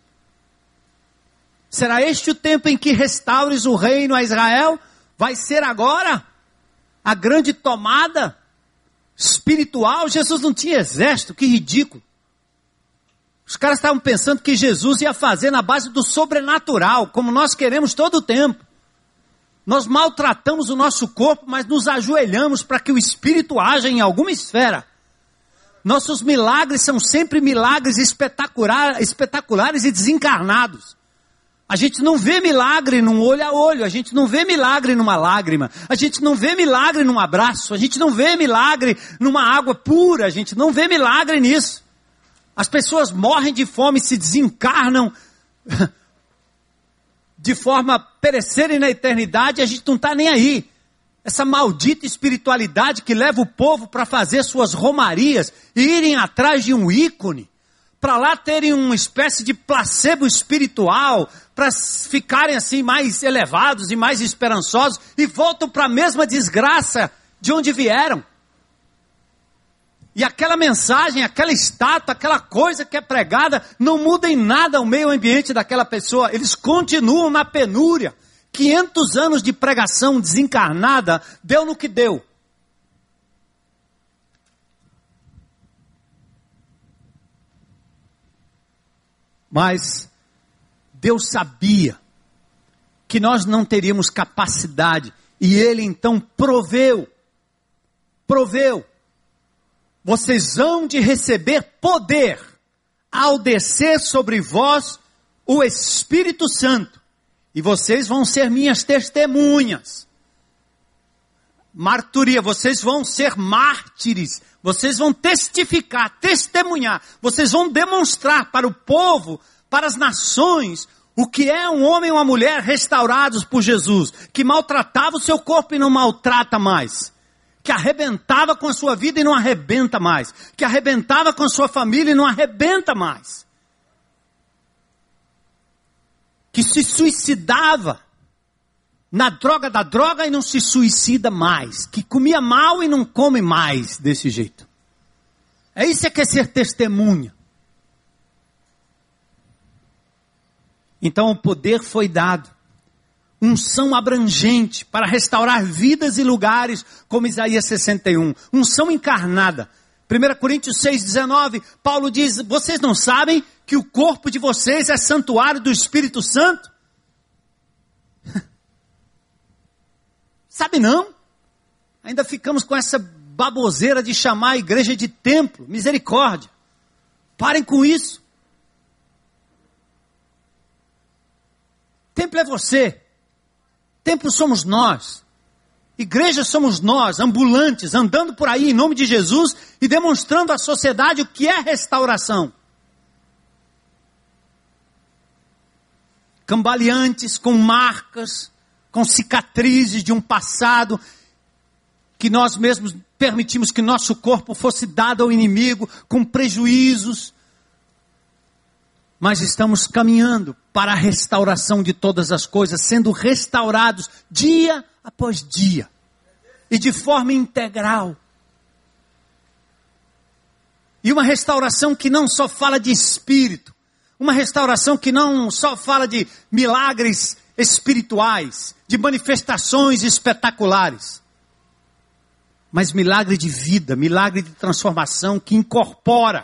Será este o tempo em que restaures o reino a Israel? Vai ser agora a grande tomada espiritual? Jesus não tinha exército, que ridículo. Os caras estavam pensando que Jesus ia fazer na base do sobrenatural, como nós queremos todo o tempo. Nós maltratamos o nosso corpo, mas nos ajoelhamos para que o Espírito haja em alguma esfera. Nossos milagres são sempre milagres espetaculares e desencarnados. A gente não vê milagre num olho a olho, a gente não vê milagre numa lágrima, a gente não vê milagre num abraço, a gente não vê milagre numa água pura, a gente não vê milagre nisso. As pessoas morrem de fome, se desencarnam de forma a perecerem na eternidade, a gente não está nem aí. Essa maldita espiritualidade que leva o povo para fazer suas romarias e irem atrás de um ícone, para lá terem uma espécie de placebo espiritual, para ficarem assim mais elevados e mais esperançosos, e voltam para a mesma desgraça de onde vieram. E aquela mensagem, aquela estátua, aquela coisa que é pregada, não muda em nada o meio ambiente daquela pessoa. Eles continuam na penúria. 500 anos de pregação desencarnada, deu no que deu. Mas Deus sabia que nós não teríamos capacidade, e Ele então proveu. Vocês hão de receber poder ao descer sobre vós o Espírito Santo, e vocês vão ser minhas testemunhas. Marturia, vocês vão ser mártires, vocês vão testificar, testemunhar, vocês vão demonstrar para o povo, para as nações, o que é um homem e uma mulher restaurados por Jesus, que maltratava o seu corpo e não maltrata mais, que arrebentava com a sua vida e não arrebenta mais, que arrebentava com a sua família e não arrebenta mais, que se suicidava na droga da droga e não se suicida mais, que comia mal e não come mais desse jeito. É isso que é ser testemunha. Então o poder foi dado, unção abrangente para restaurar vidas e lugares, como Isaías 61, unção encarnada. 1 Coríntios 6,19, Paulo diz, vocês não sabem que o corpo de vocês é santuário do Espírito Santo? Sabe não? Ainda ficamos com essa baboseira de chamar a igreja de templo. Misericórdia. Parem com isso. Templo é você. Templo somos nós. Igreja somos nós, ambulantes, andando por aí em nome de Jesus e demonstrando à sociedade o que é restauração. Cambaleantes, com marcas, com cicatrizes de um passado que nós mesmos permitimos que nosso corpo fosse dado ao inimigo, com prejuízos. Mas estamos caminhando para a restauração de todas as coisas, sendo restaurados dia após dia, e de forma integral. E uma restauração que não só fala de espírito, uma restauração que não só fala de milagres espirituais, de manifestações espetaculares, mas milagre de vida, milagre de transformação que incorpora.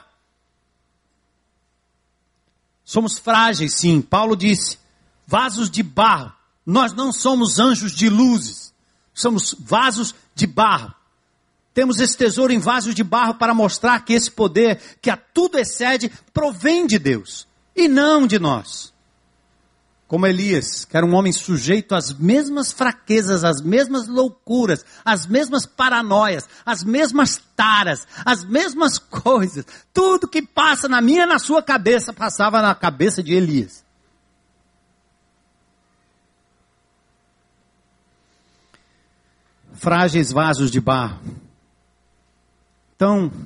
Somos frágeis, sim. Paulo disse, vasos de barro. Nós não somos anjos de luzes. Somos vasos de barro. Temos esse tesouro em vasos de barro para mostrar que esse poder, que a tudo excede, provém de Deus e não de nós. Como Elias, que era um homem sujeito às mesmas fraquezas, às mesmas loucuras, às mesmas paranoias, às mesmas taras, às mesmas coisas. Tudo que passa na minha e na sua cabeça, passava na cabeça de Elias. Frágeis vasos de barro. Então,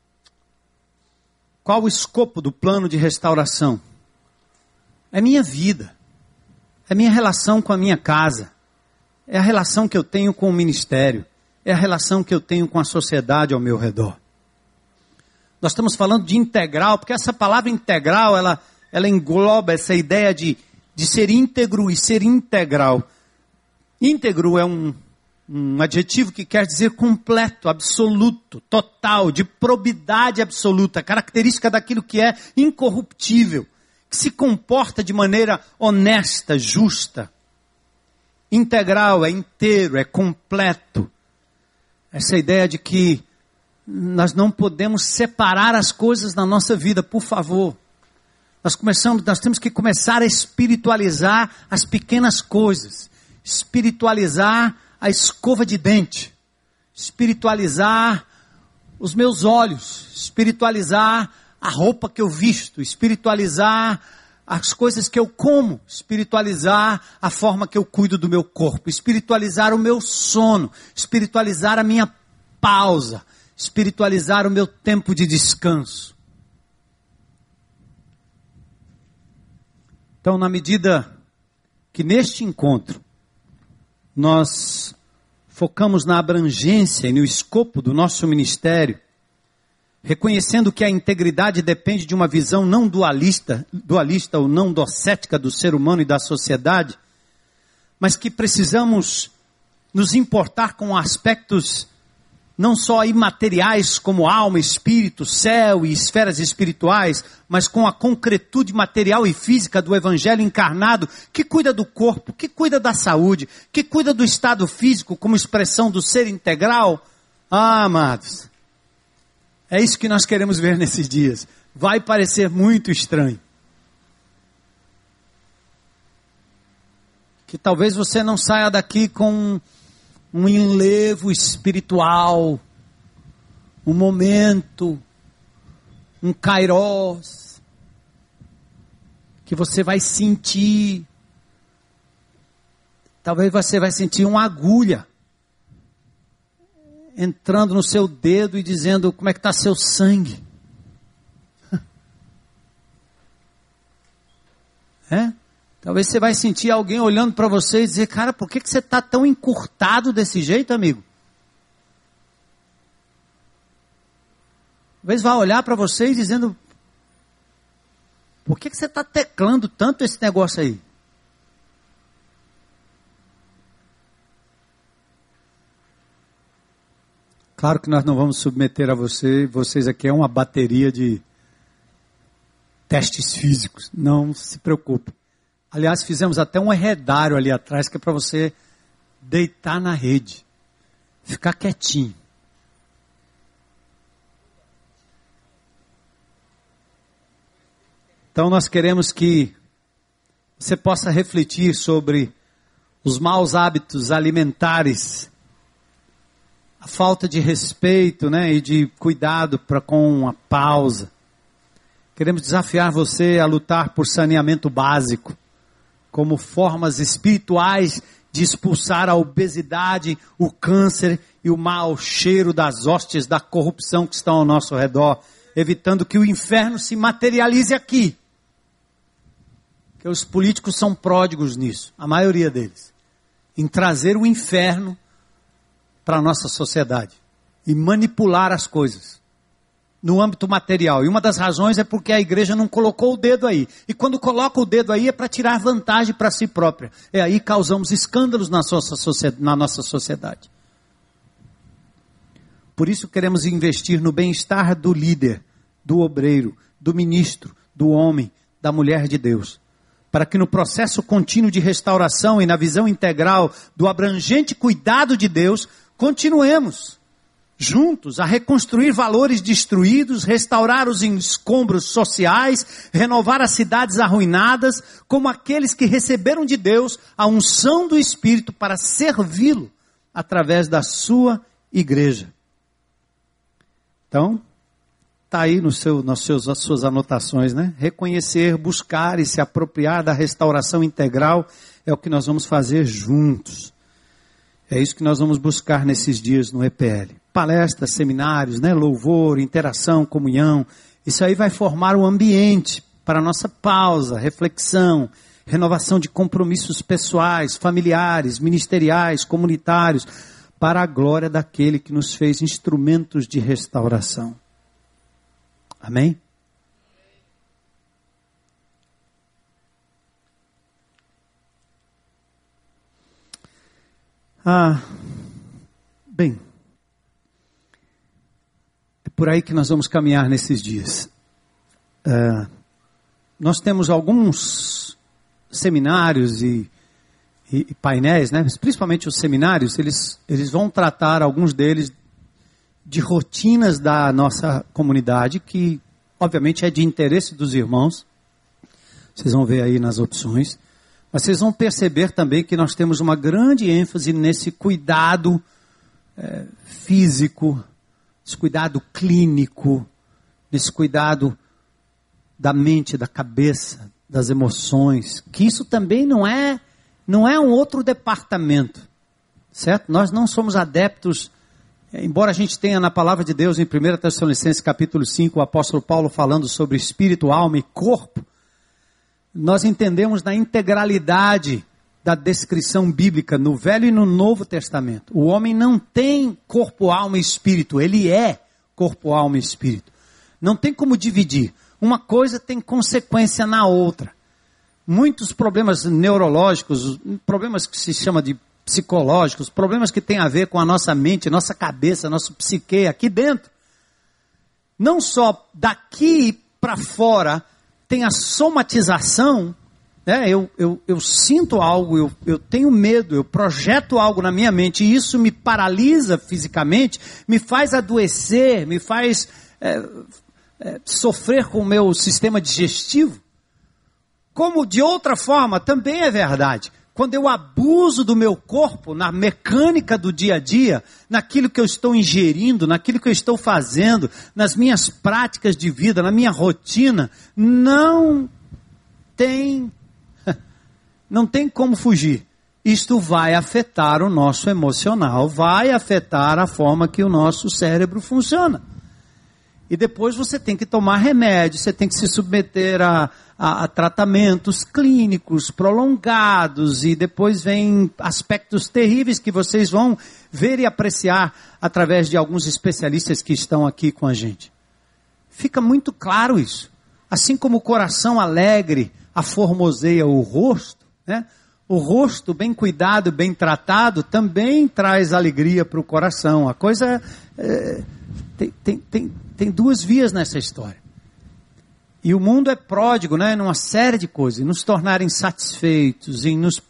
qual o escopo do plano de restauração? É minha vida. É minha relação com a minha casa. É a relação que eu tenho com o ministério. É a relação que eu tenho com a sociedade ao meu redor. Nós estamos falando de integral, porque essa palavra integral, ela engloba essa ideia de ser íntegro e ser integral. Íntegro é um adjetivo que quer dizer completo, absoluto, total, de probidade absoluta, característica daquilo que é incorruptível, que se comporta de maneira honesta, justa. Integral é inteiro, é completo. Essa ideia de que nós não podemos separar as coisas na nossa vida, por favor. Nós temos que começar a espiritualizar as pequenas coisas. Espiritualizar a escova de dente. Espiritualizar os meus olhos. Espiritualizar a roupa que eu visto, espiritualizar as coisas que eu como, espiritualizar a forma que eu cuido do meu corpo, espiritualizar o meu sono, espiritualizar a minha pausa, espiritualizar o meu tempo de descanso. Então, na medida que neste encontro nós focamos na abrangência e no escopo do nosso ministério, reconhecendo que a integridade depende de uma visão não dualista ou não docética do ser humano e da sociedade, mas que precisamos nos importar com aspectos não só imateriais como alma, espírito, céu e esferas espirituais, mas com a concretude material e física do Evangelho encarnado, que cuida do corpo, que cuida da saúde, que cuida do estado físico como expressão do ser integral. Ah, amados, é isso que nós queremos ver nesses dias. Vai parecer muito estranho. Que talvez você não saia daqui com um enlevo espiritual, um momento, um kairos, que você vai sentir, talvez você vai sentir uma agulha entrando no seu dedo e dizendo como é que está seu sangue. Talvez você vai sentir alguém olhando para você e dizer, cara, por que você está tão encurtado desse jeito, amigo? Talvez vá olhar para você e dizendo, por que você está teclando tanto esse negócio aí? Claro que nós não vamos submeter a vocês aqui a uma bateria de testes físicos, não se preocupe. Aliás, fizemos até um arredário ali atrás, que é para você deitar na rede, ficar quietinho. Então nós queremos que você possa refletir sobre os maus hábitos alimentares, a falta de respeito, e de cuidado com a pausa. Queremos desafiar você a lutar por saneamento básico, como formas espirituais de expulsar a obesidade, o câncer e o mau cheiro das hostes da corrupção que estão ao nosso redor, evitando que o inferno se materialize aqui. Porque os políticos são pródigos nisso, a maioria deles, em trazer o inferno para a nossa sociedade e manipular as coisas no âmbito material. E uma das razões é porque a igreja não colocou o dedo aí. E quando coloca o dedo aí é para tirar vantagem para si própria. É aí que causamos escândalos na nossa sociedade. Por isso queremos investir no bem-estar do líder, do obreiro, do ministro, do homem, da mulher de Deus. Para que no processo contínuo de restauração e na visão integral do abrangente cuidado de Deus, continuemos juntos a reconstruir valores destruídos, restaurar os escombros sociais, renovar as cidades arruinadas, como aqueles que receberam de Deus a unção do Espírito para servi-lo através da sua igreja. Então, está aí nas suas anotações, Reconhecer, buscar e se apropriar da restauração integral é o que nós vamos fazer juntos. É isso que nós vamos buscar nesses dias no EPL. Palestras, seminários, louvor, interação, comunhão. Isso aí vai formar um ambiente para a nossa pausa, reflexão, renovação de compromissos pessoais, familiares, ministeriais, comunitários, para a glória daquele que nos fez instrumentos de restauração. Amém? Bem, é por aí que nós vamos caminhar nesses dias. Nós temos alguns seminários e painéis, principalmente os seminários, eles vão tratar, alguns deles, de rotinas da nossa comunidade, que obviamente é de interesse dos irmãos. Vocês vão ver aí nas opções. Mas vocês vão perceber também que nós temos uma grande ênfase nesse cuidado físico, nesse cuidado clínico, nesse cuidado da mente, da cabeça, das emoções, que isso também não é um outro departamento, certo? Nós não somos adeptos, embora a gente tenha na palavra de Deus, em 1 Tessalonicenses capítulo 5, o apóstolo Paulo falando sobre espírito, alma e corpo, nós entendemos na integralidade da descrição bíblica no Velho e no Novo Testamento. O homem não tem corpo, alma e espírito, ele é corpo, alma e espírito. Não tem como dividir. Uma coisa tem consequência na outra. Muitos problemas neurológicos, problemas que se chama de psicológicos, problemas que têm a ver com a nossa mente, nossa cabeça, nosso psique aqui dentro. Não só daqui para fora tem a somatização, né? Eu sinto algo, eu tenho medo, eu projeto algo na minha mente e isso me paralisa fisicamente, me faz adoecer, me faz sofrer com o meu sistema digestivo. Como de outra forma também é verdade. Quando eu abuso do meu corpo na mecânica do dia a dia, naquilo que eu estou ingerindo, naquilo que eu estou fazendo, nas minhas práticas de vida, na minha rotina, não tem como fugir. Isto vai afetar o nosso emocional, vai afetar a forma que o nosso cérebro funciona. E depois você tem que tomar remédio, você tem que se submeter a tratamentos clínicos prolongados, e depois vem aspectos terríveis que vocês vão ver e apreciar através de alguns especialistas que estão aqui com a gente. Fica muito claro isso. Assim como o coração alegre aformoseia o rosto, né? O rosto bem cuidado, bem tratado, também traz alegria para o coração. A coisa tem duas vias nessa história. E o mundo é pródigo, né, numa série de coisas, em nos tornar insatisfeitos, em nos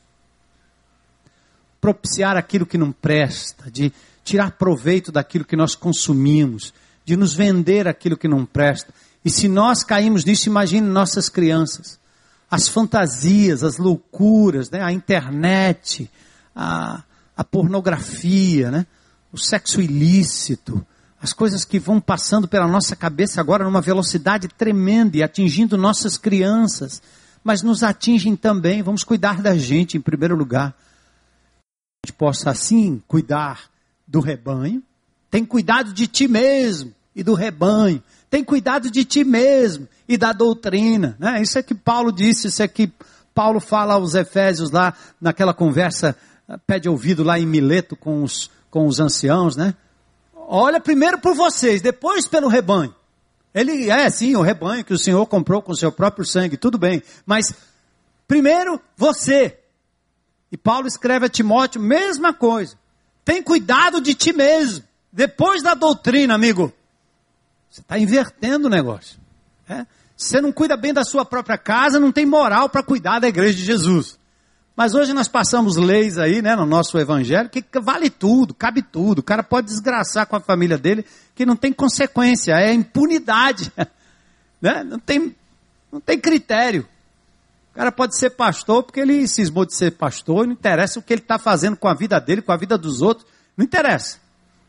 propiciar aquilo que não presta, de tirar proveito daquilo que nós consumimos, de nos vender aquilo que não presta. E se nós caímos nisso, imagine nossas crianças. As fantasias, as loucuras, né, a internet, a pornografia, né, o sexo ilícito, as coisas que vão passando pela nossa cabeça agora numa velocidade tremenda e atingindo nossas crianças, mas nos atingem também. Vamos cuidar da gente em primeiro lugar. A gente possa assim cuidar do rebanho. Tem cuidado de ti mesmo e do rebanho. Tem cuidado de ti mesmo e da doutrina, né? Isso é que Paulo disse, isso é que Paulo fala aos Efésios lá naquela conversa, pede ouvido lá em Mileto com os anciãos, né? Olha primeiro por vocês, depois pelo rebanho. Ele sim, o rebanho que o Senhor comprou com o seu próprio sangue, tudo bem. Mas primeiro você. E Paulo escreve a Timóteo, mesma coisa. Tem cuidado de ti mesmo. Depois da doutrina, amigo. Você está invertendo o negócio. Se você não cuida bem da sua própria casa, não tem moral para cuidar da igreja de Jesus. Mas hoje nós passamos leis aí, né, no nosso evangelho, que vale tudo, cabe tudo. O cara pode desgraçar com a família dele, que não tem consequência, é impunidade. Né? Não tem critério. O cara pode ser pastor porque ele cismou de ser pastor, não interessa o que ele está fazendo com a vida dele, com a vida dos outros, não interessa.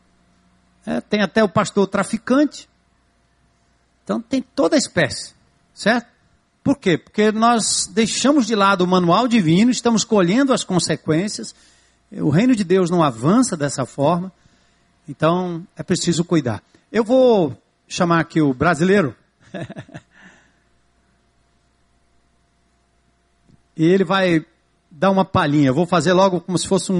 Tem até o pastor traficante. Então tem toda a espécie, certo? Por quê? Porque nós deixamos de lado o manual divino, estamos colhendo as consequências, o reino de Deus não avança dessa forma, então é preciso cuidar. Eu vou chamar aqui o brasileiro, e ele vai dar uma palhinha. Eu vou fazer logo como se fosse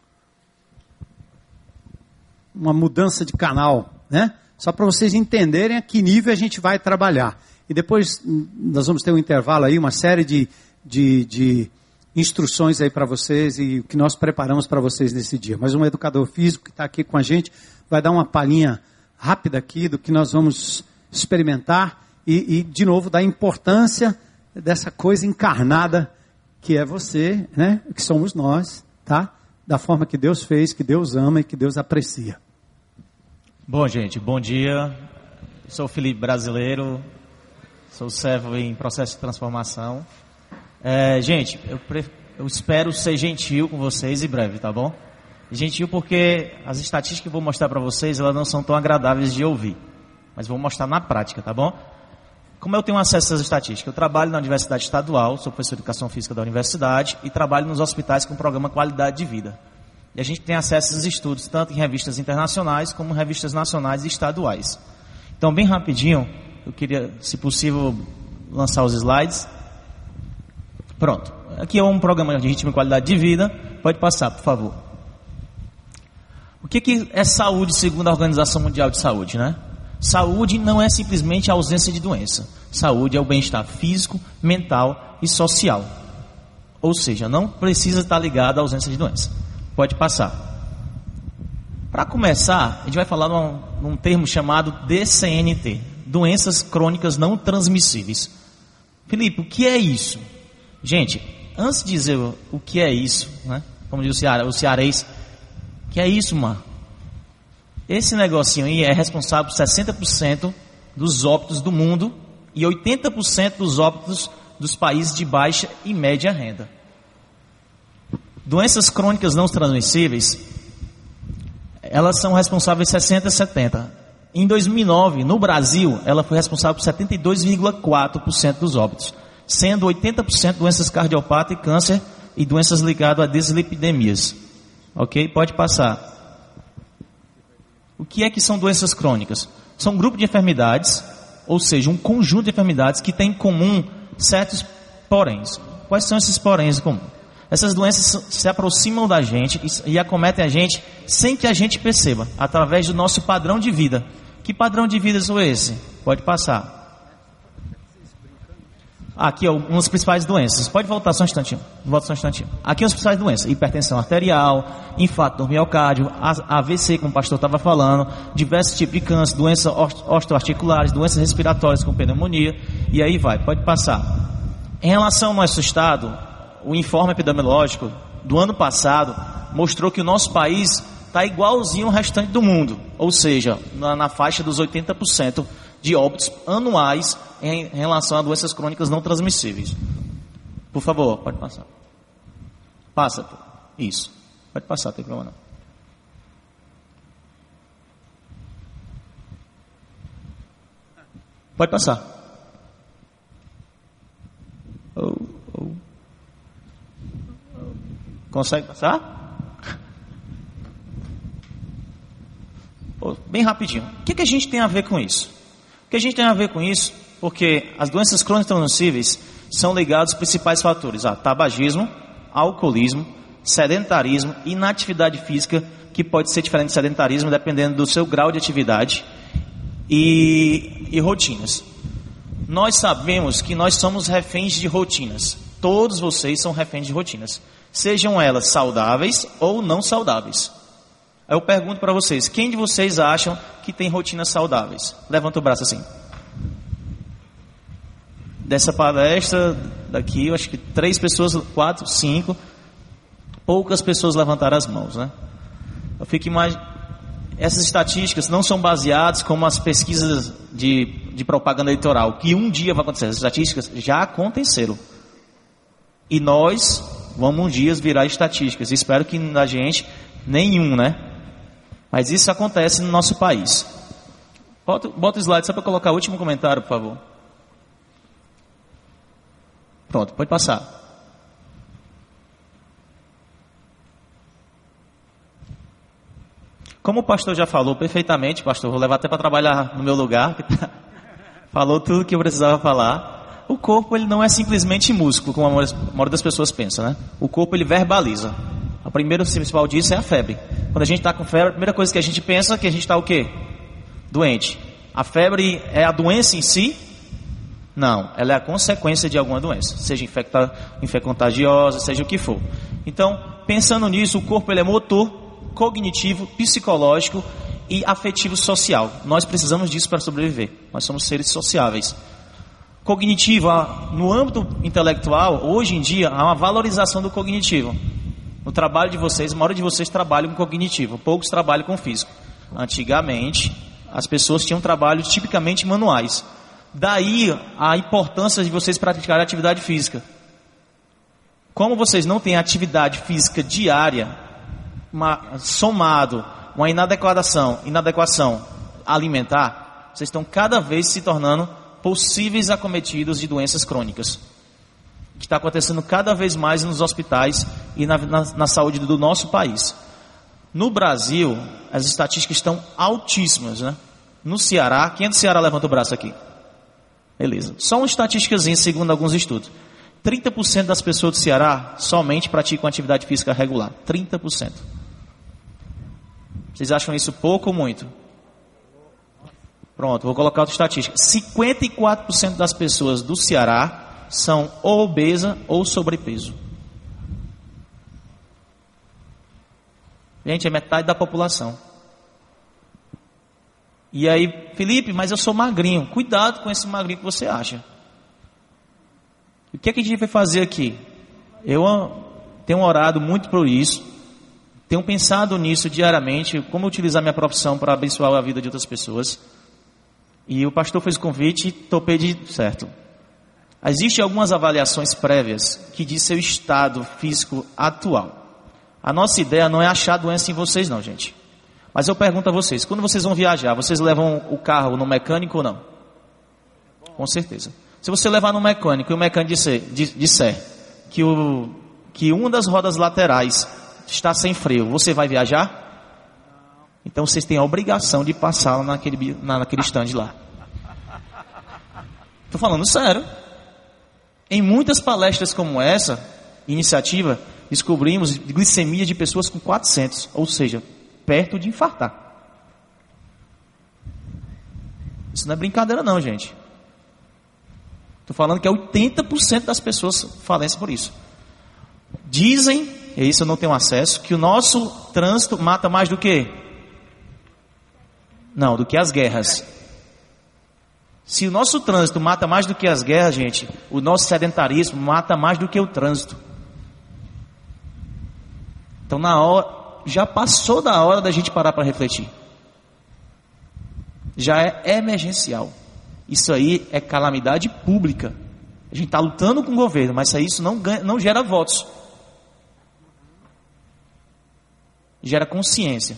uma mudança de canal, né? Só para vocês entenderem a que nível a gente vai trabalhar. E depois nós vamos ter um intervalo aí, uma série de instruções aí para vocês e o que nós preparamos para vocês nesse dia. Mas um educador físico que está aqui com a gente vai dar uma palhinha rápida aqui do que nós vamos experimentar e de novo, da importância dessa coisa encarnada que é você, né? Que somos nós, tá? Da forma que Deus fez, que Deus ama e que Deus aprecia. Bom, gente, bom dia. Sou o Felipe Brasileiro. Sou servo em processo de transformação. Gente, eu espero ser gentil com vocês em breve, tá bom? Gentil porque as estatísticas que eu vou mostrar para vocês, elas não são tão agradáveis de ouvir. Mas vou mostrar na prática, tá bom? Como eu tenho acesso a essas estatísticas? Eu trabalho na Universidade Estadual, sou professor de Educação Física da Universidade e trabalho nos hospitais com o programa Qualidade de Vida. E a gente tem acesso a esses estudos, tanto em revistas internacionais como em revistas nacionais e estaduais. Então, bem rapidinho, eu queria, se possível, lançar os slides. Pronto. Aqui é um programa de ritmo e qualidade de vida. Pode passar, por favor. O que é saúde segundo a Organização Mundial de Saúde, né? Saúde não é simplesmente a ausência de doença. Saúde é o bem-estar físico, mental e social. Ou seja, não precisa estar ligado à ausência de doença. Pode passar. Para começar, a gente vai falar num termo chamado DCNT, doenças crônicas não transmissíveis. Felipe, o que é isso? Gente, antes de dizer o que é isso, né? Como diz o cearês, o que é isso, mano? Esse negocinho aí é responsável por 60% dos óbitos do mundo e 80% dos óbitos dos países de baixa e média renda. Doenças crônicas não transmissíveis, elas são responsáveis por 60% a 70%. Em 2009, no Brasil, ela foi responsável por 72,4% dos óbitos, sendo 80% doenças cardiopáticas, câncer e doenças ligadas a dislipidemias. Ok? Pode passar. O que é que são doenças crônicas? São um grupo de enfermidades, ou seja, um conjunto de enfermidades que tem em comum certos poréns. Quais são esses poréns em comum? Essas doenças se aproximam da gente e acometem a gente sem que a gente perceba, através do nosso padrão de vida. Que padrão de vida é esse? Pode passar. Aqui, ó, umas principais doenças. Pode voltar só um instantinho. Volta só um instantinho. Aqui as principais doenças: hipertensão arterial, infarto do miocárdio, AVC, como o pastor estava falando, diversos tipos de câncer, doenças osteoarticulares, doenças respiratórias com pneumonia, e aí vai. Pode passar. Em relação ao nosso estado, o informe epidemiológico do ano passado mostrou que o nosso país está igualzinho ao restante do mundo, ou seja, na faixa dos 80% de óbitos anuais em relação a doenças crônicas não transmissíveis. Por favor, pode passar. Passa, pô. Isso. Pode passar, não tem problema não. Pode passar. Consegue passar? Bem rapidinho. O que a gente tem a ver com isso? O que a gente tem a ver com isso? Porque as doenças crônicas transmissíveis são ligadas aos principais fatores: a tabagismo, alcoolismo, sedentarismo, inatividade física, que pode ser diferente de sedentarismo dependendo do seu grau de atividade, e rotinas. Nós sabemos que nós somos reféns de rotinas. Todos vocês são reféns de rotinas, sejam elas saudáveis ou não saudáveis. Eu pergunto para vocês: quem de vocês acham que tem rotinas saudáveis? Levanta o braço assim. Dessa palestra daqui, eu acho que 3 pessoas, 4, 5, poucas pessoas levantaram as mãos, né? Eu fico imaginando. Essas estatísticas não são baseadas como as pesquisas de propaganda eleitoral, que um dia vai acontecer. As estatísticas já aconteceram. E nós vamos um dia virar estatísticas. Espero que a gente, nenhum, né? Mas isso acontece no nosso país. Bota o slide só para colocar o último comentário, por favor. Pronto, pode passar. Como o pastor já falou perfeitamente, pastor, vou levar até para trabalhar no meu lugar, falou tudo que eu precisava falar. O corpo, ele não é simplesmente músculo, como a maioria das pessoas pensa, né? O corpo, ele verbaliza. A primeira principal disso é a febre. Quando a gente está com febre, a primeira coisa que a gente pensa é que a gente está o quê? Doente. A febre é a doença em si? Não, ela é a consequência de alguma doença, seja infeccontagiosa, seja o que for. Então, pensando nisso, o corpo, ele é motor, cognitivo, psicológico e afetivo social. Nós precisamos disso para sobreviver. Nós somos seres sociáveis. Cognitivo, no âmbito intelectual, hoje em dia, há uma valorização do cognitivo. No trabalho de vocês, a maioria de vocês trabalham com cognitivo, poucos trabalham com físico. Antigamente, as pessoas tinham trabalhos tipicamente manuais. Daí a importância de vocês praticarem atividade física. Como vocês não têm atividade física diária, somado uma inadequação alimentar, vocês estão cada vez se tornando possíveis acometidos de doenças crônicas, que está acontecendo cada vez mais nos hospitais e na saúde do nosso país. No Brasil, as estatísticas estão altíssimas, né? No Ceará, quem é do Ceará levanta o braço aqui? Beleza. Só uma estatísticazinha segundo alguns estudos. 30% das pessoas do Ceará somente praticam atividade física regular. 30%. Vocês acham isso pouco ou muito? Pronto, vou colocar outra estatística. 54% das pessoas do Ceará são ou obesa ou sobrepeso. Gente, é metade da população. E aí, Felipe, mas eu sou magrinho. Cuidado com esse magrinho que você acha. O que é que a gente vai fazer aqui? Eu tenho orado muito por isso. Tenho pensado nisso diariamente, como utilizar minha profissão para abençoar a vida de outras pessoas. E o pastor fez o convite e topei de certo. Existem algumas avaliações prévias que diz seu estado físico atual. A nossa ideia não é achar doença em vocês não, gente. Mas eu pergunto a vocês, quando vocês vão viajar, vocês levam o carro no mecânico ou não? Com certeza. Se você levar no mecânico e o mecânico disser que uma das rodas laterais está sem freio, você vai viajar? Então vocês têm a obrigação de passar naquele stand lá. Estou falando sério. Em muitas palestras como essa, iniciativa, descobrimos glicemia de pessoas com 400, ou seja, perto de infartar. Isso não é brincadeira não, gente. Estou falando que 80% das pessoas falecem por isso. Dizem, e isso eu não tenho acesso, que o nosso trânsito mata mais do que? Não, do que as guerras. Se o nosso trânsito mata mais do que as guerras, gente, o nosso sedentarismo mata mais do que o trânsito. Então já passou da hora da gente parar para refletir. Já é emergencial. Isso aí é calamidade pública. A gente está lutando com o governo, mas isso não gera votos. Gera consciência.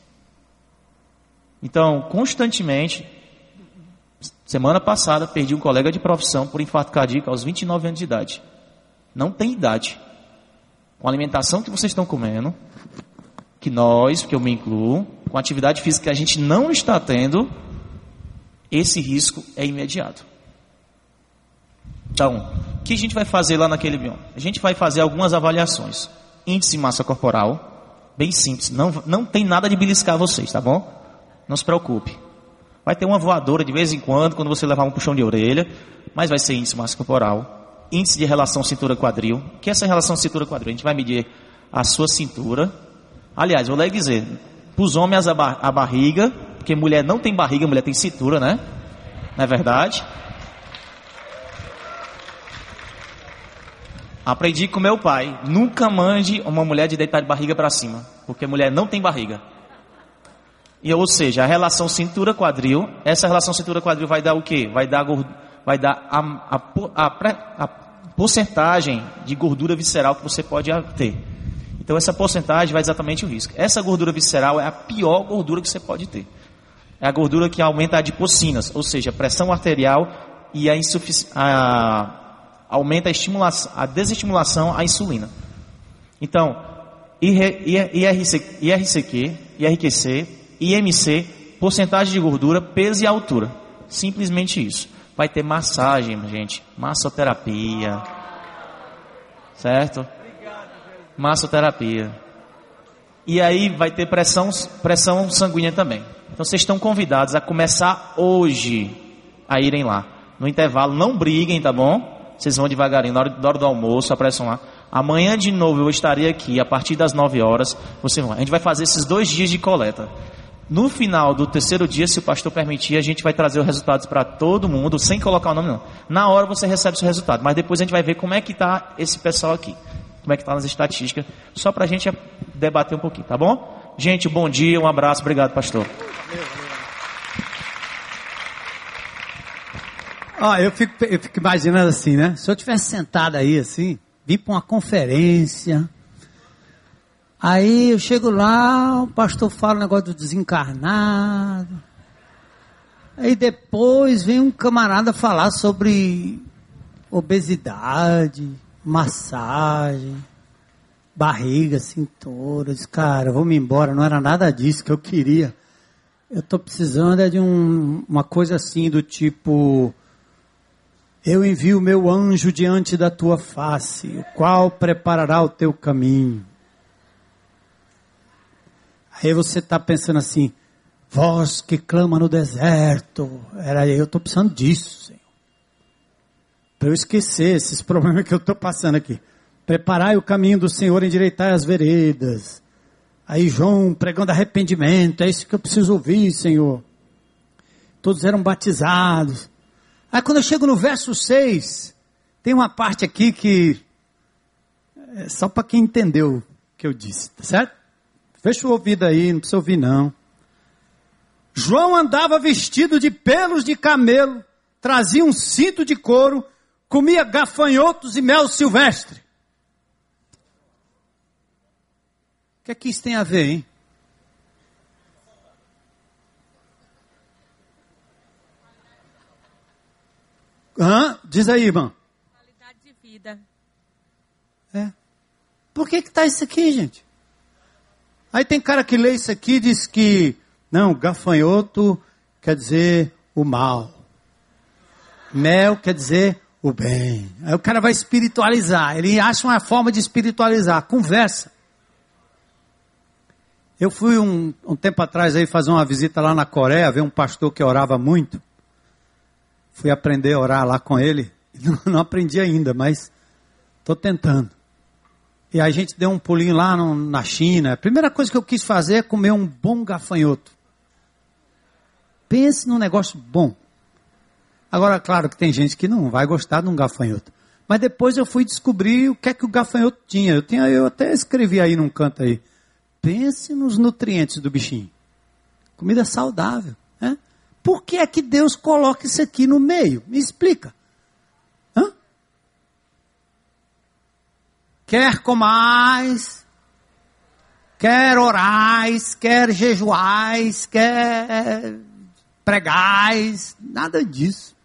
Então, constantemente, semana passada, perdi um colega de profissão por infarto cardíaco aos 29 anos de idade. Não tem idade. Com a alimentação que vocês estão comendo, que eu me incluo, com a atividade física que a gente não está tendo, esse risco é imediato. Então, o que a gente vai fazer lá naquele bioma? A gente vai fazer algumas avaliações. Índice de massa corporal, bem simples. Não tem nada de beliscar vocês, tá bom? Não se preocupe. Vai ter uma voadora de vez em quando você levar um puxão de orelha, mas vai ser índice de massa corporal. Índice de relação cintura-quadril. O que é essa relação cintura-quadril? A gente vai medir a sua cintura. Aliás, vou lhe dizer, para os homens a barriga, porque mulher não tem barriga, mulher tem cintura, né? Não é verdade? Aprendi com meu pai, nunca mande uma mulher de deitar de barriga para cima, porque mulher não tem barriga. Ou seja, a relação cintura-quadril, essa relação cintura-quadril vai dar o quê? Vai dar a porcentagem de gordura visceral que você pode ter. Então essa porcentagem vai exatamente o risco. Essa gordura visceral é a pior gordura que você pode ter. É a gordura que aumenta a adipocinas, ou seja, a pressão arterial e aumenta a desestimulação à insulina. Então, IRCQ, IMC, porcentagem de gordura, peso e altura. Simplesmente isso. Vai ter massagem, gente, massoterapia, certo? Massoterapia. E aí vai ter pressão sanguínea também. Então vocês estão convidados a começar hoje a irem lá. No intervalo, não briguem, tá bom? Vocês vão devagarinho, na hora do almoço, a pressão lá. Amanhã de novo eu estarei aqui, a partir das 9 horas. A gente vai fazer esses 2 dias de coleta. No final do 3º dia, se o pastor permitir, a gente vai trazer os resultados para todo mundo, sem colocar o nome não. Na hora você recebe o seu resultado, mas depois a gente vai ver como é que está esse pessoal aqui. Como é que está nas estatísticas, só para a gente debater um pouquinho, tá bom? Gente, bom dia, um abraço, obrigado, pastor. Eu fico imaginando assim, né? Se eu tivesse sentado aí assim, vim para uma conferência, aí eu chego lá, o pastor fala o negócio do desencarnado, aí depois vem um camarada falar sobre obesidade, massagem, barriga, cintura. Cara, vou me embora, não era nada disso que eu queria. Eu estou precisando de uma coisa assim do tipo, Eu envio o meu anjo diante da tua face, o qual preparará o teu caminho. Aí você está pensando assim, voz que clama no deserto. Eu estou precisando disso, Senhor. Para eu esquecer esses problemas que eu estou passando aqui. Preparai o caminho do Senhor, endireitai as veredas. Aí João pregando arrependimento, é isso que eu preciso ouvir, Senhor. Todos eram batizados. Aí quando eu chego no verso 6, tem uma parte aqui que é só para quem entendeu o que eu disse, tá certo? Fecha o ouvido aí, não precisa ouvir não. João andava vestido de pelos de camelo, trazia um cinto de couro, comia gafanhotos e mel silvestre. O que é que isso tem a ver, hein? Diz aí, irmão. Qualidade de vida. Por que está isso aqui, gente? Aí tem cara que lê isso aqui e diz que, não, gafanhoto quer dizer o mal. Mel quer dizer o bem. Aí o cara vai espiritualizar. Ele acha uma forma de espiritualizar. Conversa. Eu fui um tempo atrás aí fazer uma visita lá na Coreia, ver um pastor que orava muito. Fui aprender a orar lá com ele. Não aprendi ainda, mas estou tentando. E a gente deu um pulinho lá na China. A primeira coisa que eu quis fazer é comer um bom gafanhoto. Pense num negócio bom. Agora, claro que tem gente que não vai gostar de um gafanhoto. Mas depois eu fui descobrir o que é que o gafanhoto tinha. Eu até escrevi aí num canto aí. Pense nos nutrientes do bichinho. Comida saudável. Né? Por que é que Deus coloca isso aqui no meio? Me explica. Quer comais, quer orais, quer jejuais, quer pregais, nada disso.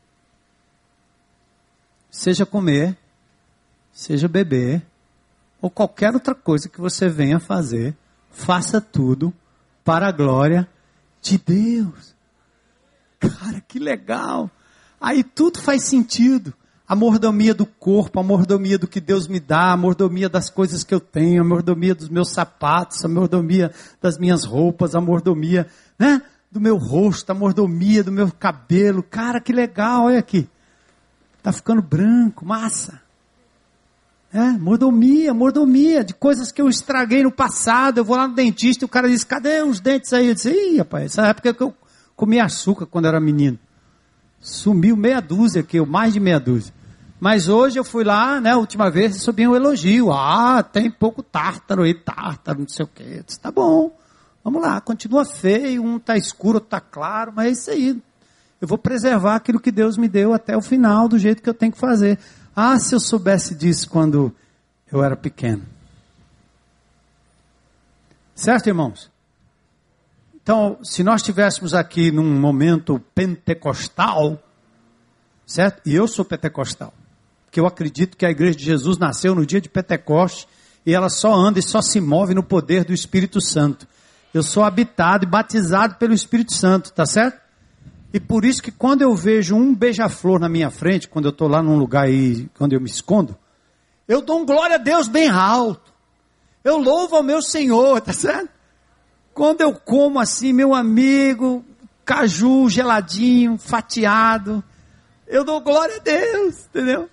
Seja comer, seja beber, ou qualquer outra coisa que você venha fazer, faça tudo para a glória de Deus. Cara, que legal! Aí tudo faz sentido. A mordomia do corpo, a mordomia do que Deus me dá, a mordomia das coisas que eu tenho, a mordomia dos meus sapatos, a mordomia das minhas roupas, a mordomia, né, do meu rosto, a mordomia do meu cabelo. Cara, que legal, olha aqui. Tá ficando branco, massa. Mordomia de coisas que eu estraguei no passado. Eu vou lá no dentista e o cara diz, cadê os dentes aí? Eu disse, ih, rapaz, essa época que eu comia açúcar quando era menino. Sumiu meia dúzia aqui, mais de meia dúzia. Mas hoje eu fui lá, né, a última vez, e subi um elogio. Tem pouco tártaro aí, não sei o quê. Eu disse, tá bom, vamos lá, continua feio, um tá escuro, outro tá claro, mas é isso aí. Eu vou preservar aquilo que Deus me deu até o final, do jeito que eu tenho que fazer. Se eu soubesse disso quando eu era pequeno. Certo, irmãos? Então, se nós estivéssemos aqui num momento pentecostal, certo? E eu sou pentecostal, porque eu acredito que a igreja de Jesus nasceu no dia de Pentecostes e ela só anda e só se move no poder do Espírito Santo. Eu sou habitado e batizado pelo Espírito Santo, tá certo? E por isso que quando eu vejo um beija-flor na minha frente, quando eu estou lá num lugar aí, quando eu me escondo, eu dou um glória a Deus bem alto. Eu louvo ao meu Senhor, tá certo? Quando eu como assim, meu amigo, caju geladinho, fatiado, eu dou glória a Deus, entendeu?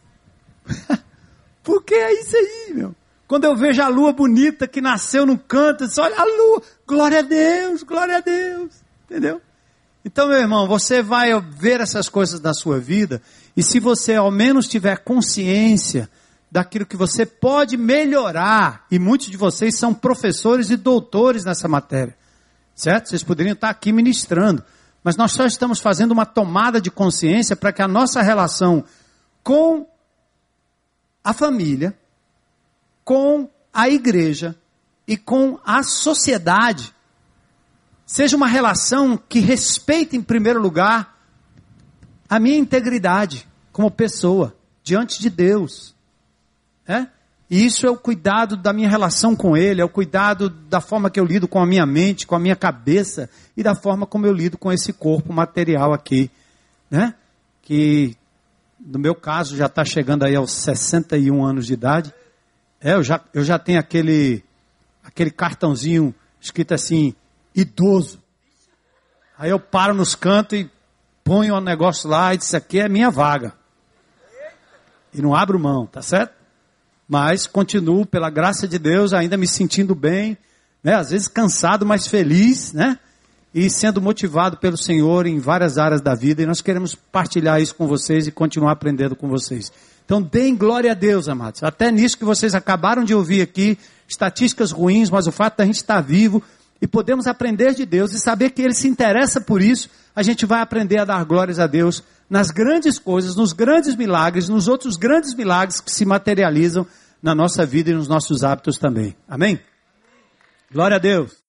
Porque é isso aí, meu. Quando eu vejo a lua bonita que nasceu no canto, eu disse, olha a lua, glória a Deus, entendeu? Então, meu irmão, você vai ver essas coisas na sua vida, e se você ao menos tiver consciência daquilo que você pode melhorar, e muitos de vocês são professores e doutores nessa matéria, certo? Vocês poderiam estar aqui ministrando, mas nós só estamos fazendo uma tomada de consciência para que a nossa relação com a família, com a igreja e com a sociedade seja uma relação que respeite em primeiro lugar a minha integridade como pessoa diante de Deus. E isso é o cuidado da minha relação com Ele, é o cuidado da forma que eu lido com a minha mente, com a minha cabeça e da forma como eu lido com esse corpo material aqui, né? Que no meu caso, já está chegando aí aos 61 anos de idade. Eu já tenho aquele cartãozinho escrito assim, idoso. Aí eu paro nos cantos e ponho um negócio lá e disse, aqui é minha vaga. E não abro mão, tá certo? Mas continuo, pela graça de Deus, ainda me sentindo bem, né? Às vezes cansado, mas feliz, né? E sendo motivado pelo Senhor em várias áreas da vida. E nós queremos partilhar isso com vocês e continuar aprendendo com vocês. Então, deem glória a Deus, amados. Até nisso que vocês acabaram de ouvir aqui, estatísticas ruins, mas o fato da gente estar vivo e podemos aprender de Deus e saber que Ele se interessa por isso, a gente vai aprender a dar glórias a Deus nas grandes coisas, nos grandes milagres, nos outros grandes milagres que se materializam na nossa vida e nos nossos hábitos também. Amém? Glória a Deus.